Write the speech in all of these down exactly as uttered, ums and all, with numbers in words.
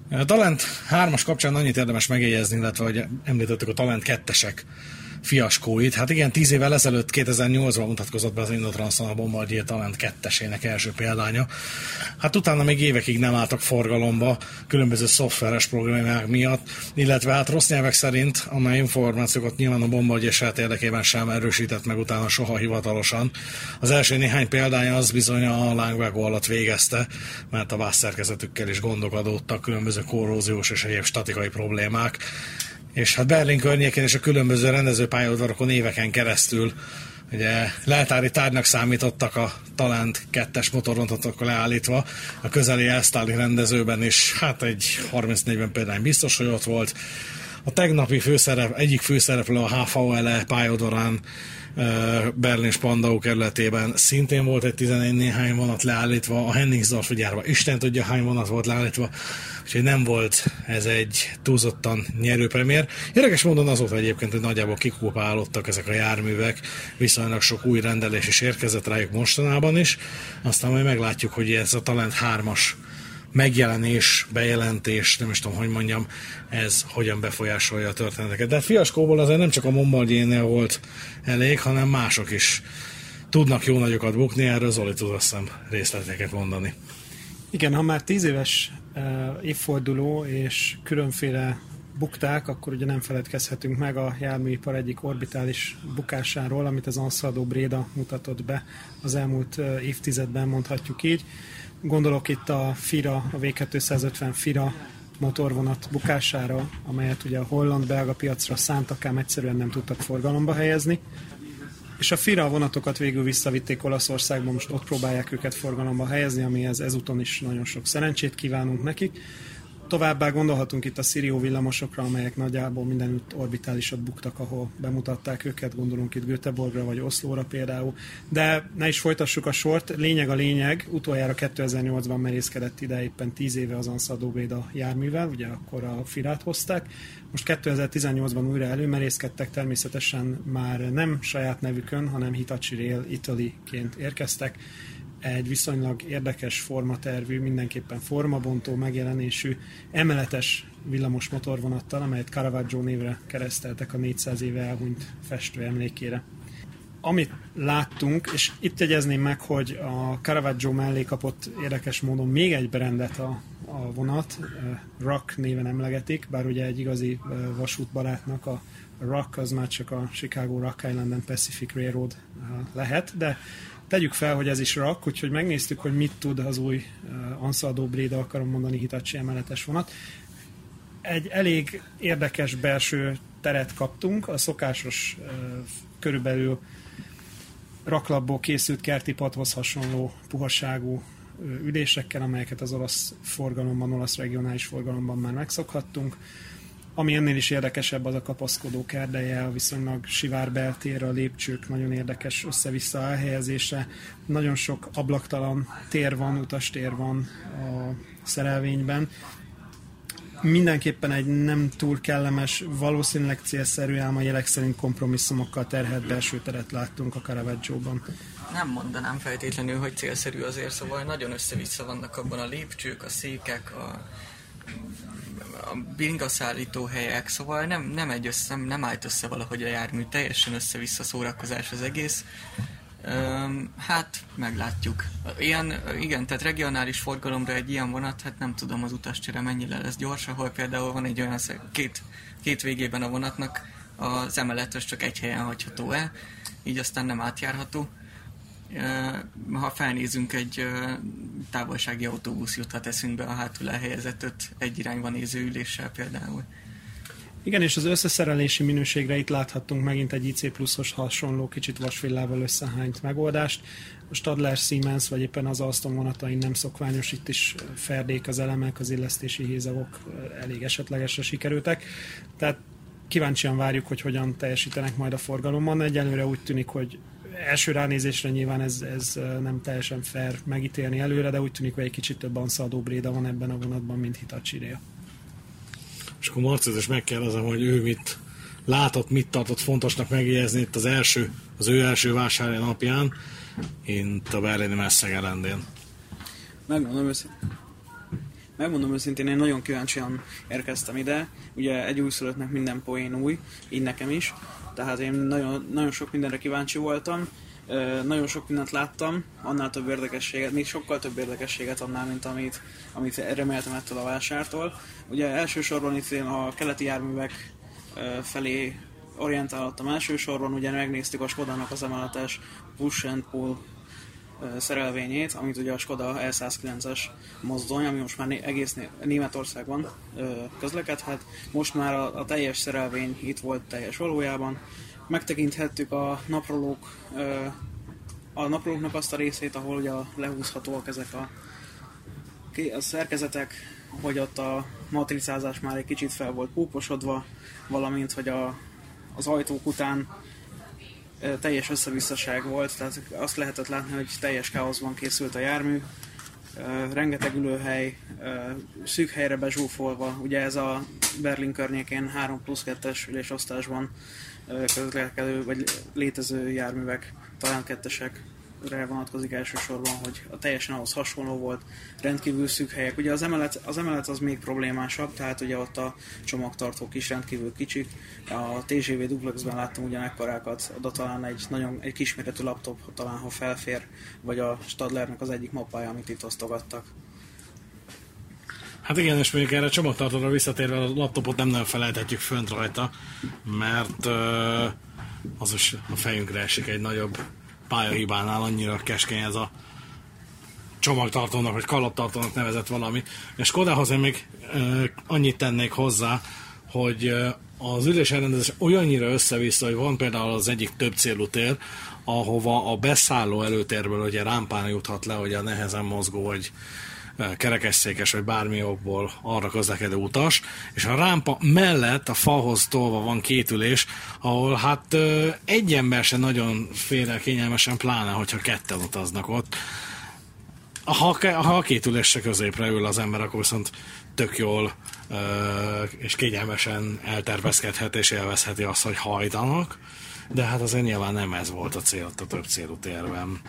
A Talent hármas kapcsán annyit érdemes megjegyezni, illetve hogy említettük a Talent kettesek fiaskóit. Hát igen, tíz évvel ezelőtt, kétezer-nyolcban mutatkozott be az Indotranszon a Bombardier Talent kettesének első példánya. Hát utána még évekig nem álltak forgalomba különböző szoftveres problémák miatt, illetve hát rossz nyelvek szerint, amely információkat nyilván a Bombardier saját érdekében sem erősített meg utána soha hivatalosan. Az első néhány példánya az bizony a lángvágó alatt végezte, mert a vászszerkezetükkel is gondok adódtak, különböző korróziós és egyéb statikai problémák. És hát Berlin környékén és a különböző rendezőpályaudvarokon éveken keresztül ugye leltári tárgynak számítottak a Talent kettes motorvonatokkal leállítva. A közeli Elsztáli rendezőben is hát egy harminc-negyven példány biztos, hogy ott volt. A tegnapi főszerep, egyik főszereplő a há vé el e pályaudvarán Berlin Spandau kerületében szintén volt egy tizenegy néhány vonat leállítva, a Hennigsdorf gyárban Isten tudja hány vonat volt leállítva, úgyhogy nem volt ez egy túlzottan nyerő premier. Érdekes módon azóta egyébként, hogy nagyjából kikópálódtak ezek a járművek, viszonylag sok új rendelés is érkezett rájuk mostanában is, aztán majd meglátjuk, hogy ez a Talent hármas megjelenés, bejelentés, nem is tudom, hogy mondjam, ez hogyan befolyásolja a történeteket. De hát fiaskóból azért nem csak a Bombardiernél volt elég, hanem mások is tudnak jó nagyokat bukni, erről Zoli tud azt hiszem részleteket mondani. Igen, ha már tíz éves uh, évforduló és különféle bukták, akkor ugye nem feledkezhetünk meg a járműipar egyik orbitális bukásáról, amit az Ansaldo Breda mutatott be az elmúlt uh, évtizedben, mondhatjuk így. Gondolok itt a FIRA, a vé kétszázötven FIRA motorvonat bukására, amelyet ugye a holland-belga piacra szántak, ám egyszerűen nem tudtak forgalomba helyezni. És a FIRA vonatokat végül visszavitték Olaszországba, most ott próbálják őket forgalomba helyezni, amihez ezúton is nagyon sok szerencsét kívánunk nekik. Továbbá gondolhatunk itt a Sirio villamosokra, amelyek nagyjából mindenütt orbitálisat buktak, ahol bemutatták őket, gondolunk itt Göteborgra vagy Oszlóra például. De ne is folytassuk a sort, lényeg a lényeg, utoljára kétezer-nyolcban merészkedett ide éppen tíz éve az Ansaldo Breda járművel, ugye akkor a FIRát hozták. Most kétezer-tizennyolcban újra előmerészkedtek, természetesen már nem saját nevükön, hanem Hitachi Rail Italy-ként érkeztek. Egy viszonylag érdekes formatervű, mindenképpen formabontó megjelenésű emeletes villamos motorvonattal, amelyet Caravaggio névre kereszteltek a négyszáz éve elhunyt festő emlékére. Amit láttunk, és itt jegyezném meg, hogy a Caravaggio mellé kapott érdekes módon még egy brandet a, a vonat, R O C néven emlegetik, bár ugye egy igazi vasútbarátnak a R O C az már csak a Chicago Rock Island and Pacific Railroad lehet, de tegyük fel, hogy ez is R O C, úgyhogy megnéztük, hogy mit tud az új uh, Ansaldo Breda, akarom mondani, Hitachi emeletes vonat. Egy elég érdekes belső teret kaptunk, a szokásos uh, körülbelül raklapból készült kerti padhoz hasonló puhaságú uh, ülésekkel, amelyeket az olasz forgalomban, olasz regionális forgalomban már megszokhattunk. Ami ennél is érdekesebb, az a kapaszkodó kerdeje, a viszonylag sivár beltér, a lépcsők nagyon érdekes össze-vissza elhelyezése. Nagyon sok ablaktalan tér van, utastér van a szerelvényben. Mindenképpen egy nem túl kellemes, valószínűleg célszerű, ám a jelek szerint kompromisszumokkal terhelt belső teret láttunk a Caravaggióban. Nem mondanám feltétlenül, hogy célszerű azért, szóval nagyon össze-vissza vannak abban a lépcsők, a székek, a a bingaszállító helyek, szóval nem, nem, egy össze, nem állt össze valahogy a jármű, teljesen össze-vissza szórakozás az egész. Üm, hát, meglátjuk. Ilyen, igen, tehát regionális forgalomra egy ilyen vonat, hát nem tudom az utascsere mennyire lesz gyors, ahol például van egy olyan két, két végében a vonatnak, az emeletes csak egy helyen hagyható el, így aztán nem átjárható. Ha felnézünk, egy távolsági autóbusz juthat eszünkbe a hátul elhelyezett öt egy irányba néző üléssel például. Igen, és az összeszerelési minőségre itt láthattunk megint egy i cé pluszos hasonló, kicsit vasvillával összehányt megoldást. A Stadler Siemens, vagy éppen az Alstom vonatain nem szokványos, itt is ferdék az elemek, az illesztési hézagok elég esetlegesre sikerültek. Tehát kíváncsian várjuk, hogy hogyan teljesítenek majd a forgalomban. Egyelőre úgy tűnik, hogy első ránézésre nyilván ez, ez nem teljesen fair megítélni előre, de úgy tűnik, hogy egy kicsit több Ansaldo Breda van ebben a vonatban, mint Hitachi Rail. És akkor Marcit is megkérdezem, hogy ő mit látott, mit tartott fontosnak megjegyezni itt az első, az ő első vásárja napján, itt a berlini Messzegerendén. Megmondom őszintén. Megmondom őszintén, én nagyon kíváncsian érkeztem ide. Ugye egy újszülöttnek minden poén új, így nekem is. Tehát én nagyon, nagyon sok mindenre kíváncsi voltam. Nagyon sok mindent láttam, annál több érdekességet, még sokkal több érdekességet annál, mint amit, amit reméltem ettől a vásártól. Ugye elsősorban itt én a keleti járművek felé orientálottam elsősorban, ugye megnéztük a Skodának az emeletes push and pull szerelvényét, amit ugye a Skoda E száz kilences mozdony, ami most már egész Németországban közlekedhet. Most már a, a teljes szerelvény itt volt teljes valójában. Megtekinthettük a naprolók, a naprolóknak azt a részét, ahol ugye lehúzhatóak ezek a, a szerkezetek, hogy ott a matricázás már egy kicsit fel volt púposodva, valamint hogy a, az ajtók után teljes összevisszaság volt, tehát azt lehetett látni, hogy teljes káoszban készült a jármű, rengeteg ülőhely, szűk helyre bezsúfolva, ugye ez a Berlin környékén három plusz kettes ülésosztásban közlekedő vagy létező járművek, talán kettesekre vonatkozik elsősorban, hogy a teljesen ahhoz hasonló volt, rendkívül szűk helyek. Ugye az emelet, az emelet az még problémásabb, tehát ugye ott a csomagtartók is rendkívül kicsik. A té gé vé duplexben láttam ugyanekkorákat, oda talán egy nagyon egy kisméretű laptop, talán ha felfér, vagy a Stadlernek az egyik mappája, amit itt osztogattak. Hát igen, és mondjuk erre a csomagtartóra visszatérve a laptopot nem nagyon felejthetjük fönt rajta, mert uh, az is a fejünkre esik egy nagyobb pályahibánál, annyira keskeny ez a csomagtartónak, vagy kalaptartónak nevezett valami. És Skodához én még uh, annyit tennék hozzá, hogy uh, az üléselrendezés olyannyira össze-vissza, hogy van például az egyik több célú tér, ahova a beszálló előtérből ugye rámpán juthat le, hogy a nehezen mozgó, vagy kerekesszékes, vagy bármi okból arra közlekedő utas, és a rámpa mellett a falhoz tolva van két ülés, ahol hát egy ember sem nagyon fél el kényelmesen, pláne, hogyha ketten utaznak ott. Ha, ha a két ülésre középre ül az ember, akkor viszont tök jól és kényelmesen eltervezkedhet és élvezheti azt, hogy hajtanak, de hát azért nyilván nem ez volt a cél a több célú térben.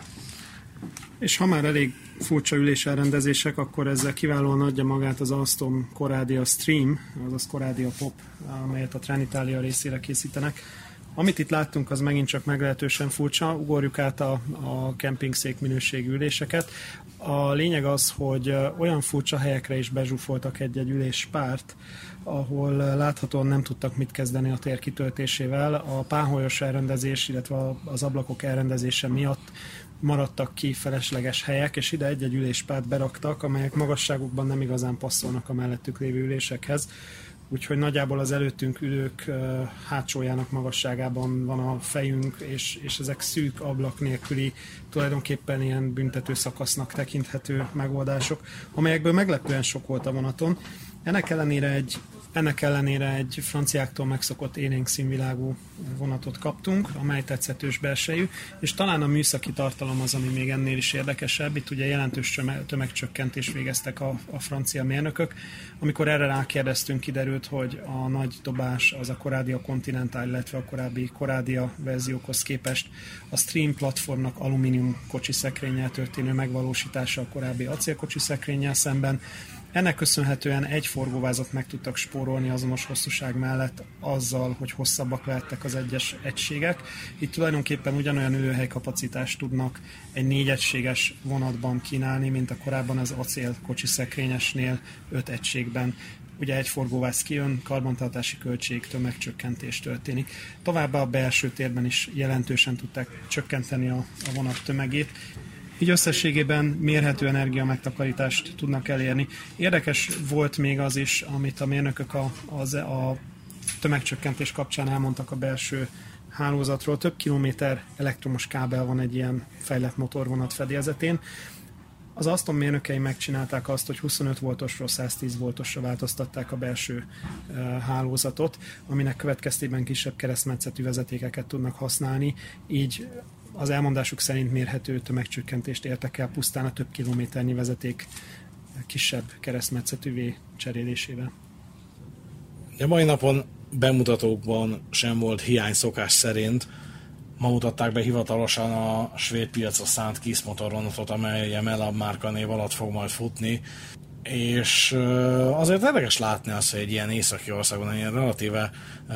És ha már elég furcsa üléselrendezések, akkor ezzel kiválóan adja magát az Alstom Coradia Stream, azaz Coradia Pop, amelyet a Trenitalia részére készítenek. Amit itt láttunk, az megint csak meglehetősen furcsa, ugorjuk át a, a kempingszék minőségű üléseket. A lényeg az, hogy olyan furcsa helyekre is bezsúfoltak egy-egy üléspárt, ahol láthatóan nem tudtak mit kezdeni a tér kitöltésével. A páholyos elrendezés, illetve az ablakok elrendezése miatt maradtak ki felesleges helyek, és ide egy-egy üléspárt beraktak, amelyek magasságukban nem igazán passzolnak a mellettük lévő ülésekhez. Úgyhogy nagyjából az előttünk ülők uh, hátsójának magasságában van a fejünk, és, és ezek szűk ablak nélküli, tulajdonképpen ilyen büntető szakasznak tekinthető megoldások, amelyekből meglepően sok volt a vonaton. Ennek ellenére egy Ennek ellenére egy franciáktól megszokott élénk színvilágú vonatot kaptunk, amely tetszetős belsejű, és talán a műszaki tartalom az, ami még ennél is érdekesebb. Itt ugye jelentős tömegcsökkentést végeztek a, a francia mérnökök. Amikor erre rákérdeztünk, kiderült, hogy a nagy dobás az a Coradia Continental, illetve a korábbi Coradia verziókhoz képest a Stream platformnak alumínium kocsi szekrényel történő megvalósítása a korábbi acélkocsi szekrényel szemben. Ennek köszönhetően egy forgóvázat meg tudtak spórolni azonos hosszúság mellett azzal, hogy hosszabbak lehettek az egyes egységek. Itt tulajdonképpen ugyanolyan ülőhely kapacitást tudnak egy négy egységes vonatban kínálni, mint a korábban az acél kocsi szekrényesnél öt egységben. Ugye egy forgóváz kijön, karbantartási költség, tömegcsökkentés történik. Továbbá a belső térben is jelentősen tudták csökkenteni a, a vonat tömegét. Így összességében mérhető energia megtakarítást tudnak elérni. Érdekes volt még az is, amit a mérnökök a, a, a tömegcsökkentés kapcsán elmondtak a belső hálózatról. Több kilométer elektromos kábel van egy ilyen fejlett motorvonat fedélzetén. Az Alstom mérnökei megcsinálták azt, hogy huszonöt voltosról száztíz voltosra változtatták a belső uh, hálózatot, aminek következtében kisebb keresztmetszetű vezetékeket tudnak használni, így az elmondásuk szerint mérhető tömegcsökkentést értek el pusztán a több kilométernyi vezeték kisebb keresztmetszetűvé cserélésével. A mai napon bemutatókban sem volt hiány szokás szerint. Ma mutatták be hivatalosan a svéd piacra szánt Kiss motorvonatot, amely a Melab márka név alatt fog majd futni. És azért érdekes látni azt, hogy egy ilyen északi országban, ilyen relatíve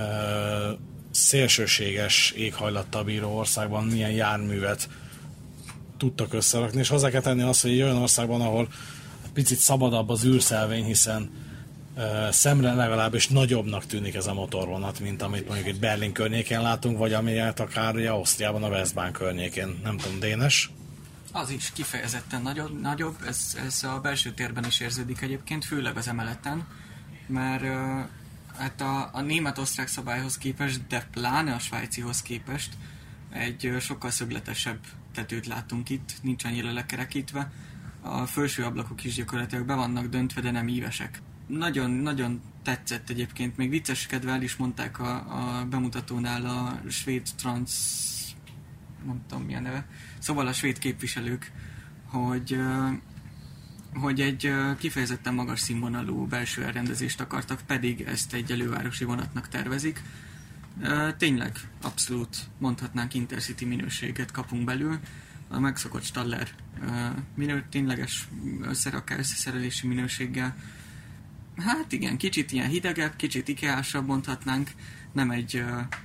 szélsőséges éghajlattal bíró országban milyen járművet tudtak összerakni, és hozzá kell tenni azt, hogy egy olyan országban, ahol picit szabadabb az űrszelvény, hiszen uh, szemre legalábbis nagyobbnak tűnik ez a motorvonat, mint amit mondjuk itt Berlin környékén látunk, vagy amilyet akár ugye, Ausztriában a Westbahn környékén. Nem tudom, Dénes? Az is kifejezetten nagyobb, nagyobb. Ez, ez a belső térben is érződik egyébként, főleg az emeleten, mert uh, hát a, a német-osztrák szabályhoz képest, de pláne a svájcihoz képest egy uh, sokkal szögletesebb tetőt látunk itt, nincs annyira lekerekítve. A felső ablakok is gyakorlatilag be vannak döntve, de nem ívesek. Nagyon, nagyon tetszett egyébként, még vicceskedve is mondták a, a bemutatónál a svéd trans... nem tudom mi a neve. Szóval a svéd képviselők, hogy, hogy egy kifejezetten magas színvonalú belső elrendezést akartak, pedig ezt egy elővárosi vonatnak tervezik. Tényleg abszolút mondhatnánk Intercity minőséget kapunk belül. A megszokott Staller minő, tényleges összerakás, összeszerelési minőséggel. Hát igen, kicsit ilyen hidegebb, kicsit ikeásabb mondhatnánk. Nem egy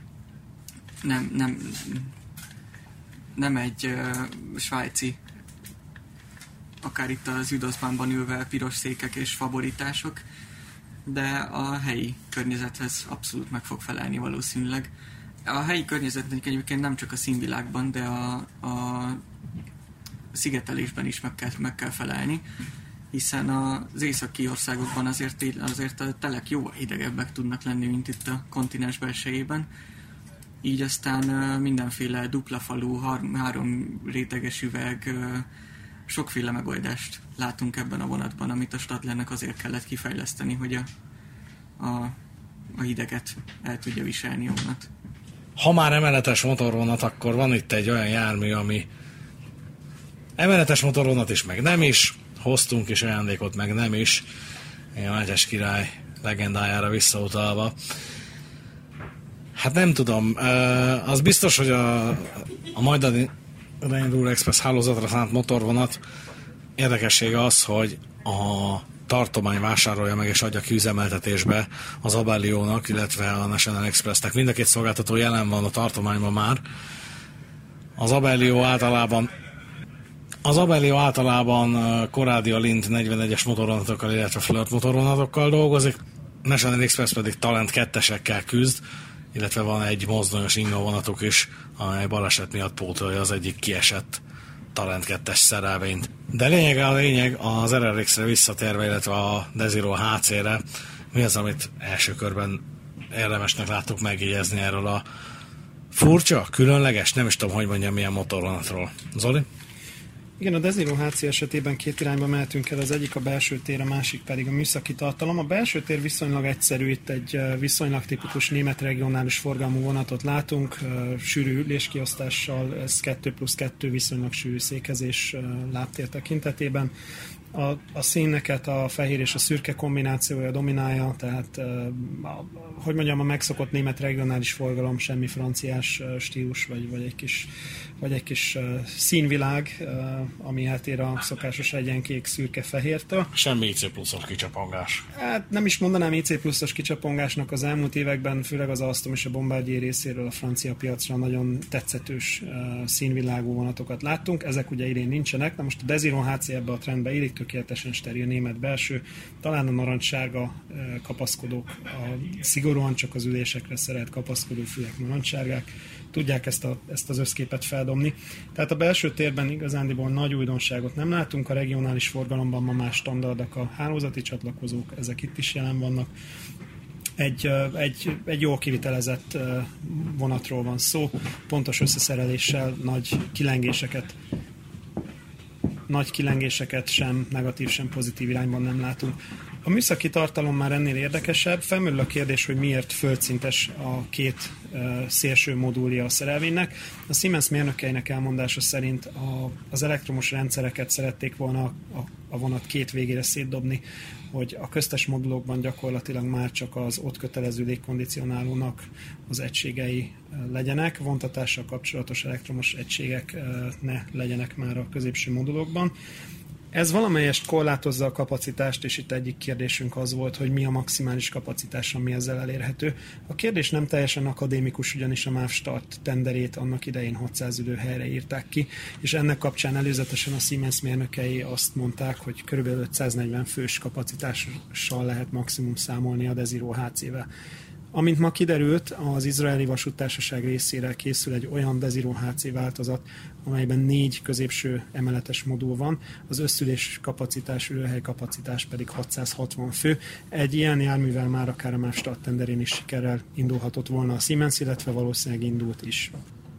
nem, nem, nem egy svájci, akár itt az Üdöszbánban ülve piros székek és favoritások, de a helyi környezethez abszolút meg fog felelni valószínűleg. A helyi környezetnek egyébként nem csak a színvilágban, de a, a szigetelésben is meg kell, meg kell felelni, hiszen az északi országokban azért, azért a telek jóval hidegebbek tudnak lenni, mint itt a kontinens belsejében. Így aztán mindenféle dupla falú, három réteges üveg, sokféle megoldást látunk ebben a vonatban, amit a Stadlernek azért kellett kifejleszteni, hogy a, a, a hideget el tudja viselni a vonat. Ha már emeletes motorvonat, akkor van itt egy olyan jármű, ami emeletes motorvonat is, meg nem is, hoztunk is ajándékot, meg nem is, a Mátyás király legendájára visszautalva. Hát nem tudom, az biztos, hogy a, a majdani Range Rover Express hálózatra szánt motorvonat érdekessége az, hogy a tartomány vásárolja meg és adja ki üzemeltetésbe az Abellio-nak, illetve a National Express-nek. Mind a két szolgáltató jelen van a tartományban már. Az Abellio általában az Abellio általában Coradia Lind negyvenegyes motorvonatokkal, illetve Flirt motorvonatokkal dolgozik, National Express pedig Talent kettesekkel küzd, illetve van egy mozdonyos inga vonatuk is, amely baleset miatt pótolja az egyik kiesett Talent kettes szerelvényt. De lényeg a lényeg, az er er iksz-re visszatérve, illetve a Desiro há cé-re, mi az, amit első körben érdemesnek láttuk megjegyezni erről a furcsa, különleges, nem is tudom, hogy mondjam, milyen motorvonatról. Zoli? Igen, a Desiro há cé esetében két irányba mehetünk el, az egyik a belső tér, a másik pedig a műszaki tartalom. A belső tér viszonylag egyszerű, itt egy viszonylag tipikus német regionális forgalmú vonatot látunk, sűrű üléskiosztással, ez kettő plusz kettő viszonylag sűrű székezés lábtér tekintetében. A, a színeket a fehér és a szürke kombinációja dominálja, tehát a, hogy mondjam, a megszokott német regionális forgalom, semmi franciás stílus, vagy, vagy egy kis, vagy egy kis színvilág, ami eltér a szokásos egyenkék szürke fehértől. Semmi i cé pluszos kicsapongás. Hát nem is mondanám i cé pluszos kicsapongásnak, az elmúlt években, főleg az Alstom és a Bombardier részéről a francia piacra nagyon tetszetős színvilágú vonatokat láttunk, ezek ugye idén nincsenek, na most a Desiro há cé ebbe a trendbe illik, tökéletesen steril német belső, talán a narancssárga kapaszkodók, a szigorúan csak az ülésekre szerelt kapaszkodó fülek narancssárgák, tudják ezt, a, ezt az összképet feldobni. Tehát a belső térben igazándiból nagy újdonságot nem látunk, a regionális forgalomban ma más standardak a hálózati csatlakozók, ezek itt is jelen vannak. Egy, egy, egy jól kivitelezett vonatról van szó, pontos összeszereléssel, nagy kilengéseket nagy kilengéseket sem negatív, sem pozitív irányban nem látunk. A műszaki tartalom már ennél érdekesebb. Felmerül a kérdés, hogy miért földszintes a két uh, szélső modulja a szerelvénynek. A Siemens mérnökeinek elmondása szerint a, az elektromos rendszereket szerették volna a, a vonat két végére szétdobni, hogy a köztes modulokban gyakorlatilag már csak az ott kötelező légkondicionálónak az egységei legyenek, vontatással kapcsolatos elektromos egységek ne legyenek már a középső modulokban. Ez valamelyest korlátozza a kapacitást, és itt egyik kérdésünk az volt, hogy mi a maximális kapacitás, ami ezzel elérhető. A kérdés nem teljesen akadémikus, ugyanis a MÁV Start tenderét annak idején hatszáz ülőhelyre írták ki, és ennek kapcsán előzetesen a Siemens mérnökei azt mondták, hogy kb. ötszáznegyven fős kapacitással lehet maximum számolni a Desiro há cé-vel. Amint ma kiderült, az izraeli vasúttársaság részére készül egy olyan Desiro há cé változat, amelyben négy középső emeletes modul van, az összülés kapacitás, ülőhely kapacitás pedig hatszázhatvan fő. Egy ilyen járművel már akár a MÁV Start tenderén is sikerrel indulhatott volna a Siemens, illetve valószínűleg indult is.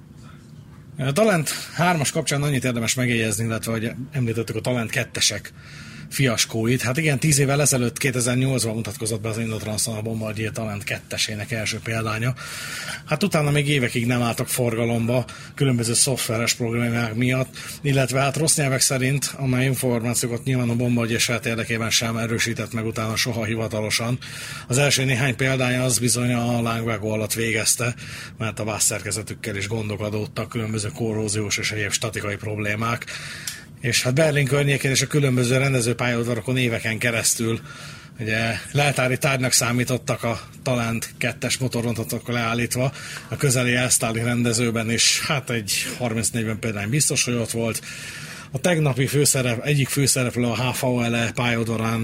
A Talent hármas kapcsán annyit érdemes megjegyezni, illetve hogy említettük a Talent kettesek fiaskóit. Hát igen, tíz évvel ezelőtt, kétezer-nyolcban mutatkozott be az Indotranszon a Bombardier Talent kettesének első példánya. Hát utána még évekig nem álltak forgalomba különböző szoftveres problémák miatt, illetve hát rossz nyelvek szerint, amely információkat nyilván a Bombardier saját érdekében sem erősített meg utána soha hivatalosan. Az első néhány példánya az bizony a lángvágó alatt végezte, mert a vászszerkezetükkel is gondok adódtak, különböző korróziós és egyéb statikai problémák. És hát Berlin környékén és a különböző rendezőpályaudvarokon éveken keresztül ugye leltári tárgynak számítottak a Talent kettes motorvonatokkal leállítva, a közeli elsztáli rendezőben is hát egy harminc-negyven példány biztos, hogy ott volt. A tegnapi főszerep, egyik főszereplő a há vé el e pályaudvarán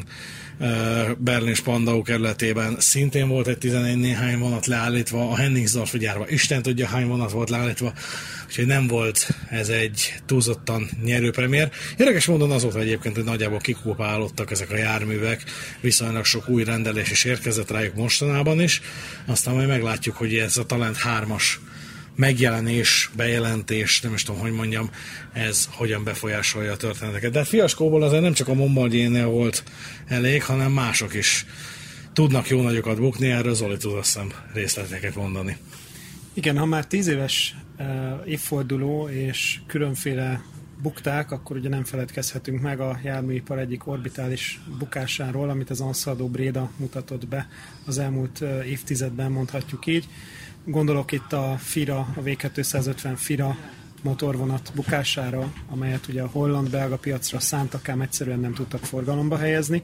Berlin Spandau kerületében szintén volt egy tizenegy néhány vonat leállítva, a Henningsdorf gyárban Isten tudja hány vonat volt leállítva, úgyhogy nem volt ez egy túlzottan nyerő premier. Érdekes módon azóta egyébként, hogy nagyjából kikópálódtak ezek a járművek, viszonylag sok új rendelés is érkezett rájuk mostanában is, aztán majd meglátjuk, hogy ez a Talent hármas megjelenés, bejelentés, nem is tudom, hogy mondjam, ez hogyan befolyásolja a történeteket. De fiaskóból azért nem csak a Bombardiernél volt elég, hanem mások is tudnak jó nagyokat bukni, erről Zoli tud azt hiszem részleteket mondani. Igen, ha már tíz éves uh, évforduló és különféle bukták, akkor ugye nem feledkezhetünk meg a járműipar egyik orbitális bukásáról, amit az Ansaldo Breda mutatott be az elmúlt uh, évtizedben, mondhatjuk így. Gondolok itt a FIRA, a vé kétszázötven FIRA motorvonat bukására, amelyet ugye a holland-belga piacra szántak, ám egyszerűen nem tudtak forgalomba helyezni.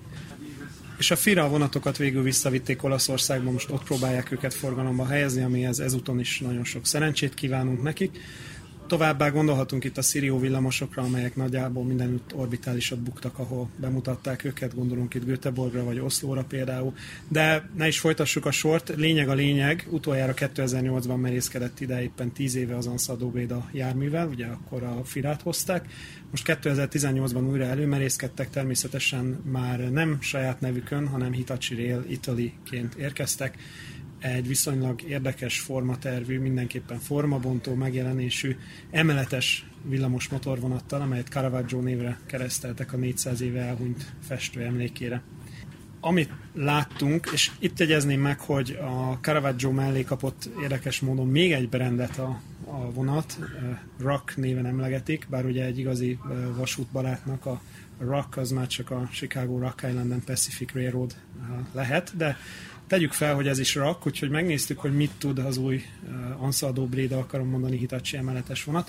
És a FIRA vonatokat végül visszavitték Olaszországba, most ott próbálják őket forgalomba helyezni, amihez ezúton is nagyon sok szerencsét kívánunk nekik. Továbbá gondolhatunk itt a Sirio villamosokra, amelyek nagyjából mindenütt orbitálisat buktak, ahol bemutatták őket, gondolunk itt Göteborgra vagy Oszlóra például. De ne is folytassuk a sort, lényeg a lényeg, utoljára kétezer-nyolcban merészkedett ide éppen tíz éve az Ansaldo Breda járművel, ugye akkor a FIRát hozták. Most kétezer-tizennyolcban újra előmerészkedtek, természetesen már nem saját nevükön, hanem Hitachi Rail Italy-ként érkeztek. Egy viszonylag érdekes formatervű, mindenképpen formabontó megjelenésű emeletes villamos motorvonattal, amelyet Caravaggio névre kereszteltek a négyszáz éve elhunyt festő emlékére. Amit láttunk, és itt jegyezném meg, hogy a Caravaggio mellé kapott érdekes módon még egy brandet a, a vonat, R A C néven emlegetik, bár ugye egy igazi vasútbarátnak a R A C az már csak a Chicago Rock Island and Pacific Railroad lehet, de tegyük fel, hogy ez is R A C, úgyhogy megnéztük, hogy mit tud az új uh, Ansaldo Breda, akarom mondani, Hitachi emeletes vonat.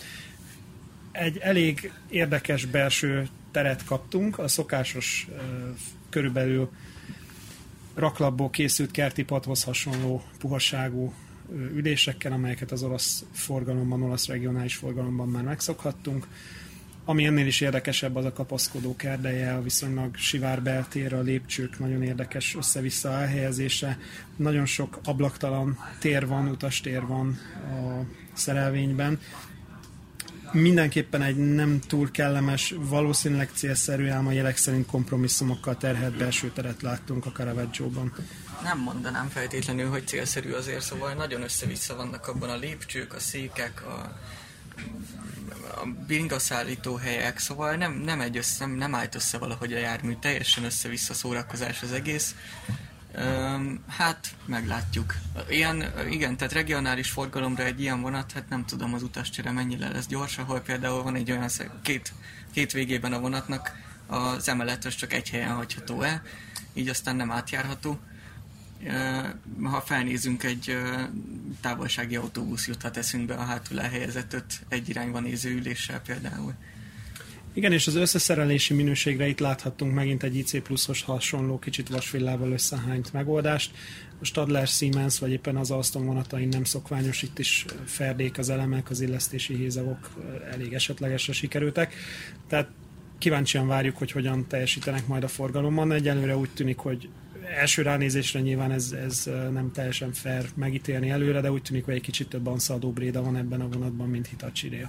Egy elég érdekes belső teret kaptunk, a szokásos uh, körülbelül raklapból készült kerti padhoz hasonló puhaságú uh, ülésekkel, amelyeket az olasz forgalomban, olasz regionális forgalomban már megszokhattunk. Ami ennél is érdekesebb, az a kapaszkodó kerdeje, a viszonylag sivár beltér, a lépcsők nagyon érdekes össze-vissza elhelyezése. Nagyon sok ablaktalan tér van, utastér van a szerelvényben. Mindenképpen egy nem túl kellemes, valószínűleg célszerű, ám a jelek szerint kompromisszumokkal terhelt belső teret láttunk a Caravaggióban. Nem mondanám feltétlenül, hogy célszerű azért, szóval nagyon össze-vissza vannak abban a lépcsők, a székek, a a bringaszállító helyek, szóval nem, nem, egy össze, nem, nem állt össze valahogy a jármű, teljesen össze-vissza szórakozás az egész. Üm, hát meglátjuk. Ilyen, igen, tehát regionális forgalomra egy ilyen vonat, hát nem tudom az utascsere mennyire lesz gyors, ahol például van egy olyan szeg, két, két végében a vonatnak az emeletes csak egy helyen hagyható el, így aztán nem átjárható. Ha felnézünk, egy távolsági autóbusz juthat eszünkbe a hátul elhelyezett öt egy irányba néző üléssel például. Igen, és az összeszerelési minőségre itt láthattunk megint egy i cé pluszos hasonló, kicsit vasvillával összehányt megoldást. A Stadler Siemens, vagy éppen az Alstom vonatain nem szokványos, itt is ferdék az elemek, az illesztési hézagok elég esetlegesre sikerültek. Tehát kíváncsian várjuk, hogy hogyan teljesítenek majd a forgalomban. Egyelőre úgy tűnik, hogy első ránézésre nyilván ez, ez nem teljesen fair megítélni előre, de úgy tűnik, hogy egy kicsit több Ansaldo Breda van ebben a vonatban, mint Hitachi-nél.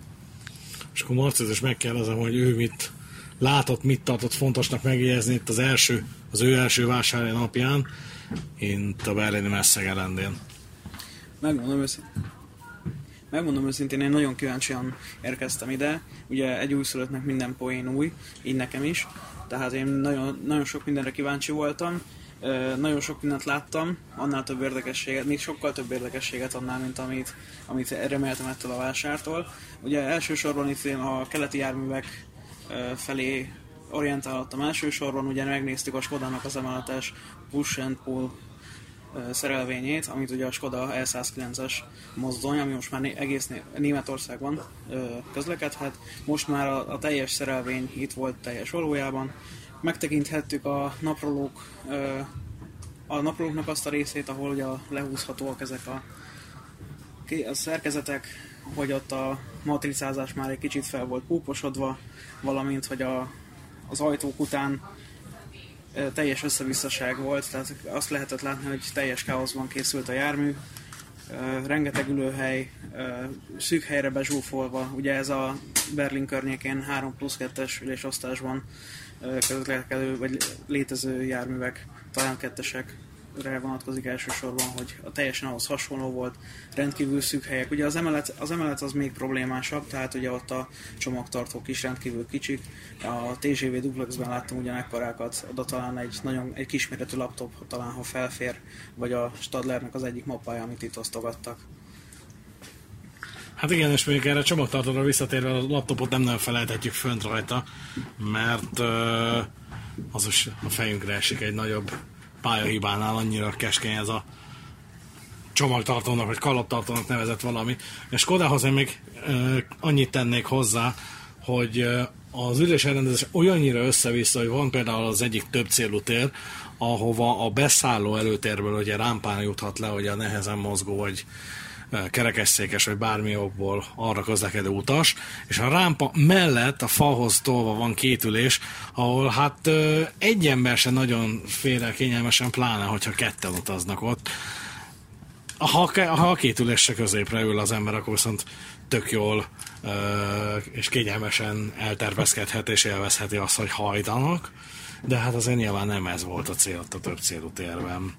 És akkor Marcit is megkérdezem, hogy ő mit látott, mit tartott fontosnak megjegyezni itt az első, az ő első vásári napján, itt a berlini Messzegerendén. Megmondom őszintén. Megmondom őszintén, én nagyon kíváncsian érkeztem ide. Ugye egy újszülöttnek minden poén új, így nekem is. Tehát én nagyon, nagyon sok mindenre kíváncsi voltam. Nagyon sok mindent láttam, annál több érdekességet, még sokkal több érdekességet annál, mint amit, amit reméltem ettől a vásártól. Ugye elsősorban itt én a keleti járművek felé orientálottam elsősorban, ugye megnéztük a Skodának az emeletes push and pull szerelvényét, amit ugye a Skoda E száz kilences mozdony, ami most már egész Németországban közlekedhet. Most már a, a teljes szerelvény itt volt teljes valójában. Megtekinthettük a naprolók, a naprolóknak azt a részét, ahol ugye lehúzhatóak ezek a, a szerkezetek, hogy ott a matricázás már egy kicsit fel volt púposodva, valamint hogy a, az ajtók után teljes összevisszaság volt, tehát azt lehetett látni, hogy teljes káoszban készült a jármű, rengeteg ülőhely, szűk helyre bezsúfolva, ugye ez a Berlin környékén három plusz kettes ülésosztásban közlekedő vagy létező járművek, talán kettesekre vonatkozik elsősorban, hogy a teljesen ahhoz hasonló volt, rendkívül szűk helyek. Ugye az emelet, az emelet az még problémásabb, tehát ugye ott a csomagtartók is rendkívül kicsik. A té gé vé Duplexben láttam ugyanekkorákat, oda talán egy nagyon egy kisméretű laptop, talán ha felfér, vagy a Stadlernek az egyik mappája, amit itt osztogattak. Hát igen, és még erre a csomagtartóra visszatérve a laptopot nem nagyon felejthetjük fönt rajta, mert uh, az is a fejünkre esik egy nagyobb pályahibánál, annyira keskeny ez a csomagtartónak, vagy kalaptartónak nevezett valami. És Skodához én még uh, annyit tennék hozzá, hogy uh, az üléselrendezés olyannyira össze-vissza, hogy van például az egyik több célú tér, ahova a beszálló előtérből ugye rámpán juthat le, hogy a nehezen mozgó, vagy kerekesszékes, vagy bármi okból arra közlekedő utas, és a rámpa mellett a falhoz tolva van két ülés, ahol hát egy ember sem nagyon fél kényelmesen, pláne, hogyha ketten utaznak ott. Ha, ha a két ülésre középre ül az ember, akkor viszont tök jól és kényelmesen eltervezkedhet és élvezheti azt, hogy hajtanak, de hát azért nyilván nem ez volt a cél a több célú térben.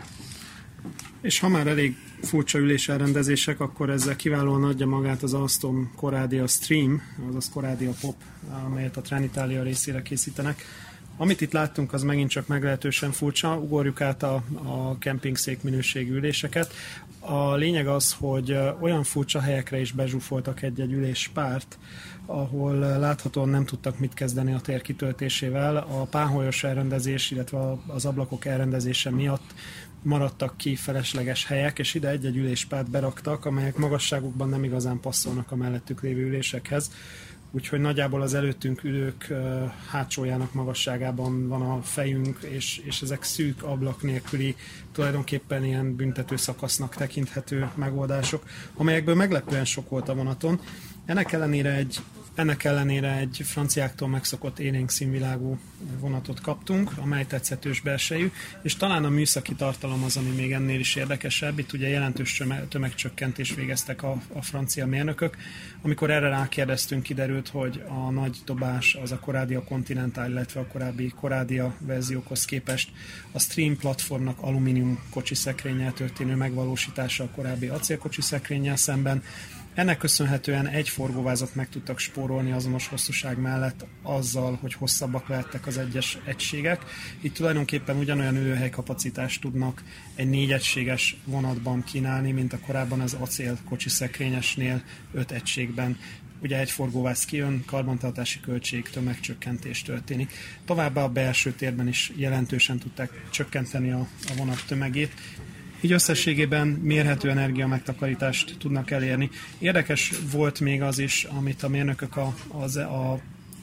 És ha már elég furcsa üléselrendezések, akkor ezzel kiválóan adja magát az Alstom Coradia Stream, azaz Coradia Pop, amelyet a Trenitalia részére készítenek. Amit itt láttunk, az megint csak meglehetősen furcsa, ugorjuk át a, a kempingszék minőségű üléseket. A lényeg az, hogy olyan furcsa helyekre is bezsúfoltak egy-egy üléspárt, ahol láthatóan nem tudtak mit kezdeni a tér kitöltésével. A páholyos elrendezés, illetve az ablakok elrendezése miatt maradtak ki felesleges helyek, és ide egy-egy üléspárt beraktak, amelyek magasságukban nem igazán passzolnak a mellettük lévő ülésekhez. Úgyhogy nagyjából az előttünk ülők uh, hátsójának magasságában van a fejünk, és, és ezek szűk ablak nélküli, tulajdonképpen ilyen büntető szakasznak tekinthető megoldások, amelyekből meglepően sok volt a vonaton. Ennek ellenére egy Ennek ellenére egy franciáktól megszokott élénk színvilágú vonatot kaptunk, amely tetszetős belsejű, és talán a műszaki tartalom az, ami még ennél is érdekesebb. Itt ugye jelentős tömegcsökkentést végeztek a, a francia mérnökök. Amikor erre rákérdeztünk, kiderült, hogy a nagy dobás az a Coradia Continental, illetve a korábbi Coradia verziókhoz képest a Stream platformnak alumínium kocsiszekrényel történő megvalósítása a korábbi acélkocsiszekrényel szemben. Ennek köszönhetően egy forgóvázat meg tudtak spórolni azonos hosszúság mellett azzal, hogy hosszabbak lehettek az egyes egységek. Itt tulajdonképpen ugyanolyan ülőhely kapacitást tudnak egy négy egységes vonatban kínálni, mint a korábban az acél kocsiszekrényesnél öt egységben. Ugye egy forgóváz kijön, karbantartási költség, tömegcsökkentés történik. Továbbá a belső térben is jelentősen tudták csökkenteni a, a vonat tömegét. Így összességében mérhető energia megtakarítást tudnak elérni. Érdekes volt még az is, amit a mérnökök a, az, a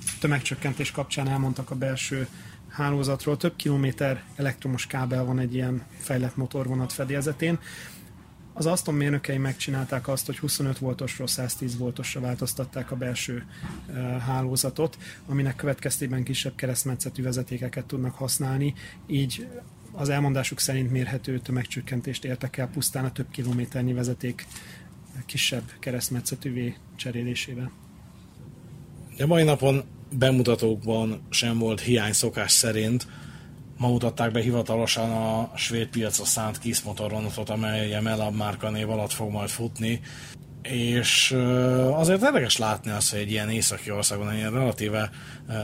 tömegcsökkentés kapcsán elmondtak a belső hálózatról. Több kilométer elektromos kábel van egy ilyen fejlett motorvonat fedélzetén. Az Aston mérnökei megcsinálták azt, hogy huszonöt voltosról száztíz voltosra változtatták a belső uh, hálózatot, aminek következtében kisebb keresztmetszetű vezetékeket tudnak használni, így az elmondásuk szerint mérhető tömegcsökkentést értek el pusztán a több kilométernyi vezeték kisebb keresztmetszetűvé cserélésével. A mai napon bemutatókban sem volt hiány szokás szerint. Ma mutatták be hivatalosan a svéd piacra szánt KISZ motorvonatot, amely a Melab márkanév alatt fog majd futni. És azért érdekes látni azt, hogy egy ilyen északi országban, egy ilyen relatíve uh,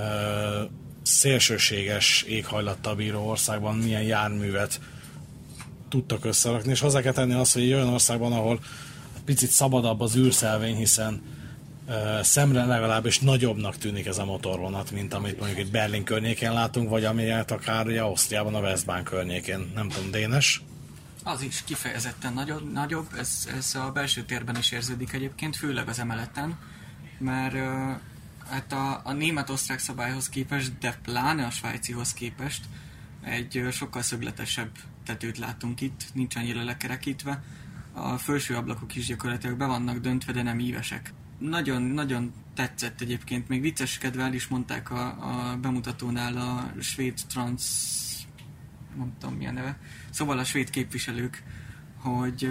szélsőséges éghajlattal bíró országban milyen járművet tudtak összerakni, és hozzá kell tenni azt, hogy egy olyan országban, ahol picit szabadabb az űrszelvény, hiszen uh, szemre legalábbis nagyobbnak tűnik ez a motorvonat, mint amit mondjuk itt Berlin környékén látunk, vagy amilyet akár ugye Ausztriában a Westbahn környékén. Nem tudom, Dénes? Az is kifejezetten nagyobb, nagyobb. Ez, ez a belső térben is érződik egyébként, főleg az emeleten, mert uh, hát a, a német-osztrák szabályhoz képest, de pláne a svájcihoz képest egy uh, sokkal szögletesebb tetőt látunk itt, nincs annyira lekerekítve. A felső ablakok is gyakorlatilag be vannak döntve, de nem ívesek. Nagyon, nagyon tetszett egyébként, még vicceskedve is mondták a, a bemutatónál a svéd trans... nem tudom mi a neve. Szóval a svéd képviselők, hogy,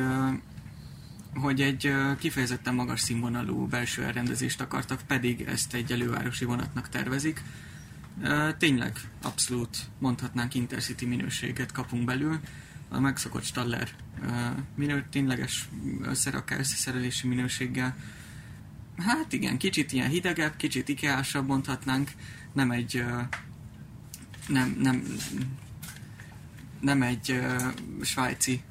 hogy egy kifejezetten magas színvonalú belső elrendezést akartak, pedig ezt egy elővárosi vonatnak tervezik. Tényleg abszolút mondhatnánk Intercity minőséget kapunk belül. A megszokott Staller minő, tényleges összerakás, összeszerelési minőséggel. Hát igen, kicsit ilyen hidegebb, kicsit ikeásabb mondhatnánk. Nem egy... nem, nem, nem egy uh, svájci,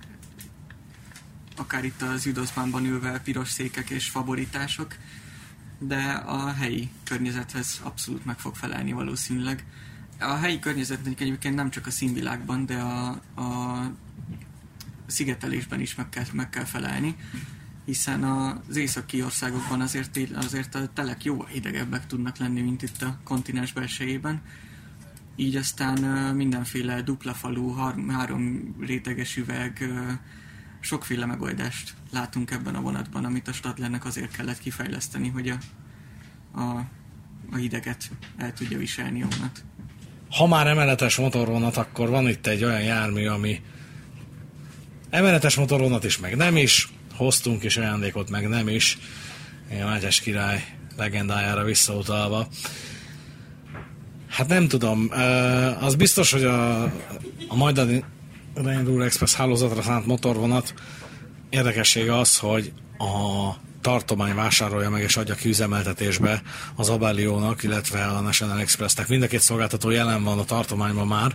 akár itt az Üdöszbánban ülve piros székek és favoritások, de a helyi környezethez abszolút meg fog felelni valószínűleg. A helyi környezetnek egyébként nem csak a színvilágban, de a, a szigetelésben is meg kell, meg kell felelni, hiszen az északi országokban azért, azért a telek jóval hidegebbek tudnak lenni, mint itt a kontinens belsejében. Így aztán mindenféle dupla falú, három réteges üveg, sokféle megoldást látunk ebben a vonatban, amit a Stadlernek azért kellett kifejleszteni, hogy a, a, a hideget el tudja viselni a vonat. Ha már emeletes motorvonat, akkor van itt egy olyan jármű, ami emeletes motorvonat is, meg nem is, hoztunk is ajándékot, meg nem is, a Mátyás király legendájára visszautalva. Hát nem tudom, az biztos, hogy a, a majdani Range Rover Express hálózatra szánt motorvonat érdekessége az, hogy a tartomány vásárolja meg és adja ki üzemeltetésbe az Abellio-nak, illetve a National Expressnek. Mind a két szolgáltató jelen van a tartományban már.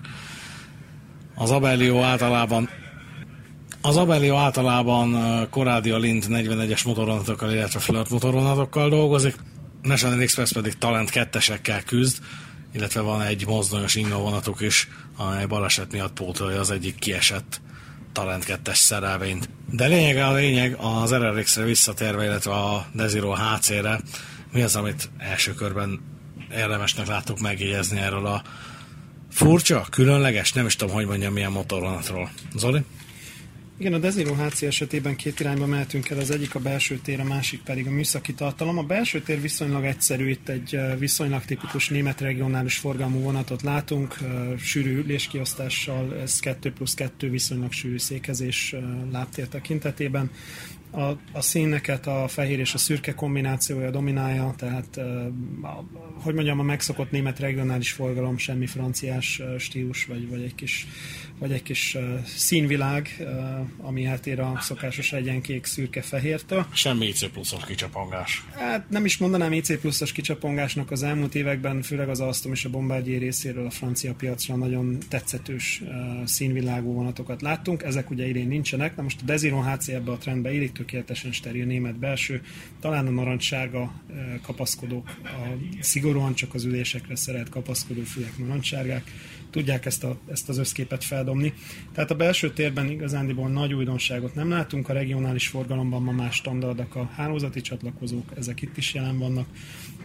Az Abellio általában az Abellio általában Coradia Lind negyvenegyes motorvonatokkal, illetve Flirt motorvonatokkal dolgozik, National Express pedig Talent kettesekkel küzd, illetve van egy mozdonyos inga vonatuk is, amely baleset miatt pótolja az egyik kiesett Talent kettes szerelvényt. De lényeg a lényeg, az er er iksz-re visszatérve, illetve a Desiro há cé-re, mi az, amit első körben érdemesnek láttuk megjegyezni erről a furcsa, különleges, nem is tudom, hogy mondjam, milyen motorvonatról. Zoli? Igen, a Desiro há cé esetében két irányba mehetünk el, az egyik a belső tér, a másik pedig a műszaki tartalom. A belső tér viszonylag egyszerű, itt egy viszonylag tipikus német regionális forgalmú vonatot látunk, sűrű üléskiosztással, ez kettő plusz kettő viszonylag sűrű székezés lábtér tekintetében. A, a színeket a fehér és a szürke kombinációja dominálja, tehát a, hogy mondjam, a megszokott német regionális forgalom, semmi franciás stílus, vagy, vagy egy kis, vagy egy kis színvilág, ami eltér a szokásos egyenkék szürke fehértől. Semmi i cé pluszos kicsapongás. Hát nem is mondanám i cé pluszos kicsapongásnak, az elmúlt években, főleg az Alstom és a Bombardier részéről a francia piacra nagyon tetszetős színvilágú vonatokat láttunk, ezek ugye idén nincsenek, na most a Desiro há cé ebbe a trendbe illik, tökéletesen steril német belső, talán a narancssárga kapaszkodók, a szigorúan csak az ülésekre szerelt kapaszkodó fülek narancssárgák, tudják ezt, a, ezt az összképet feldobni. Tehát a belső térben igazándiból nagy újdonságot nem látunk, a regionális forgalomban ma más standardak, a hálózati csatlakozók, ezek itt is jelen vannak.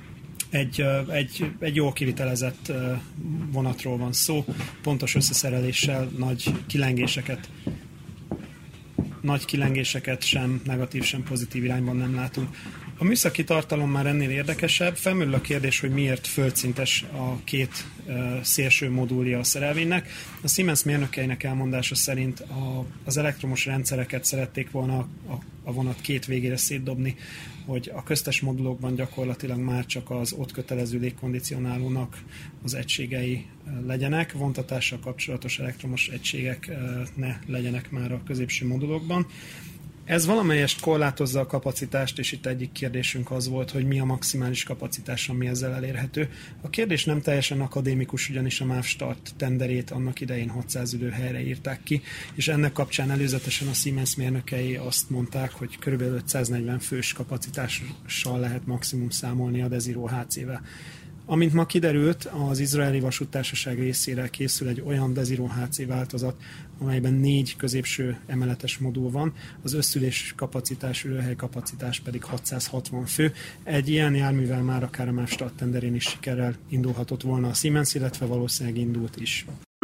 Egy, egy, egy jól kivitelezett vonatról van szó, pontos összeszereléssel, nagy kilengéseket nagy kilengéseket sem negatív, sem pozitív irányban nem látunk. A műszaki tartalom már ennél érdekesebb. Felmerül a kérdés, hogy miért földszintes a két uh, szélső modulja a szerelvénynek. A Siemens mérnökeinek elmondása szerint a, az elektromos rendszereket szerették volna a, a vonat két végére szétdobni, hogy a köztes modulokban gyakorlatilag már csak az ott kötelező légkondicionálónak az egységei legyenek, vontatással kapcsolatos elektromos egységek ne legyenek már a középső modulokban. Ez valamelyest korlátozza a kapacitást, és itt egyik kérdésünk az volt, hogy mi a maximális kapacitás, ami ezzel elérhető. A kérdés nem teljesen akadémikus, ugyanis a MÁV Start tenderét annak idején hatszáz ülőhelyre írták ki, és ennek kapcsán előzetesen a Siemens mérnökei azt mondták, hogy kb. ötszáznegyven fős kapacitással lehet maximum számolni a Desiro há cé-vel. Amint ma kiderült, az Izraeli Vasúttársaság részére készül egy olyan Desiro há cé változat, amelyben négy középső emeletes modul van, az összülés kapacitás, ülőhely kapacitás pedig hatszázhatvan fő. Egy ilyen járművel már akár a MÁV Start tenderén is sikerrel indulhatott volna a Siemens, illetve valószínűleg indult is.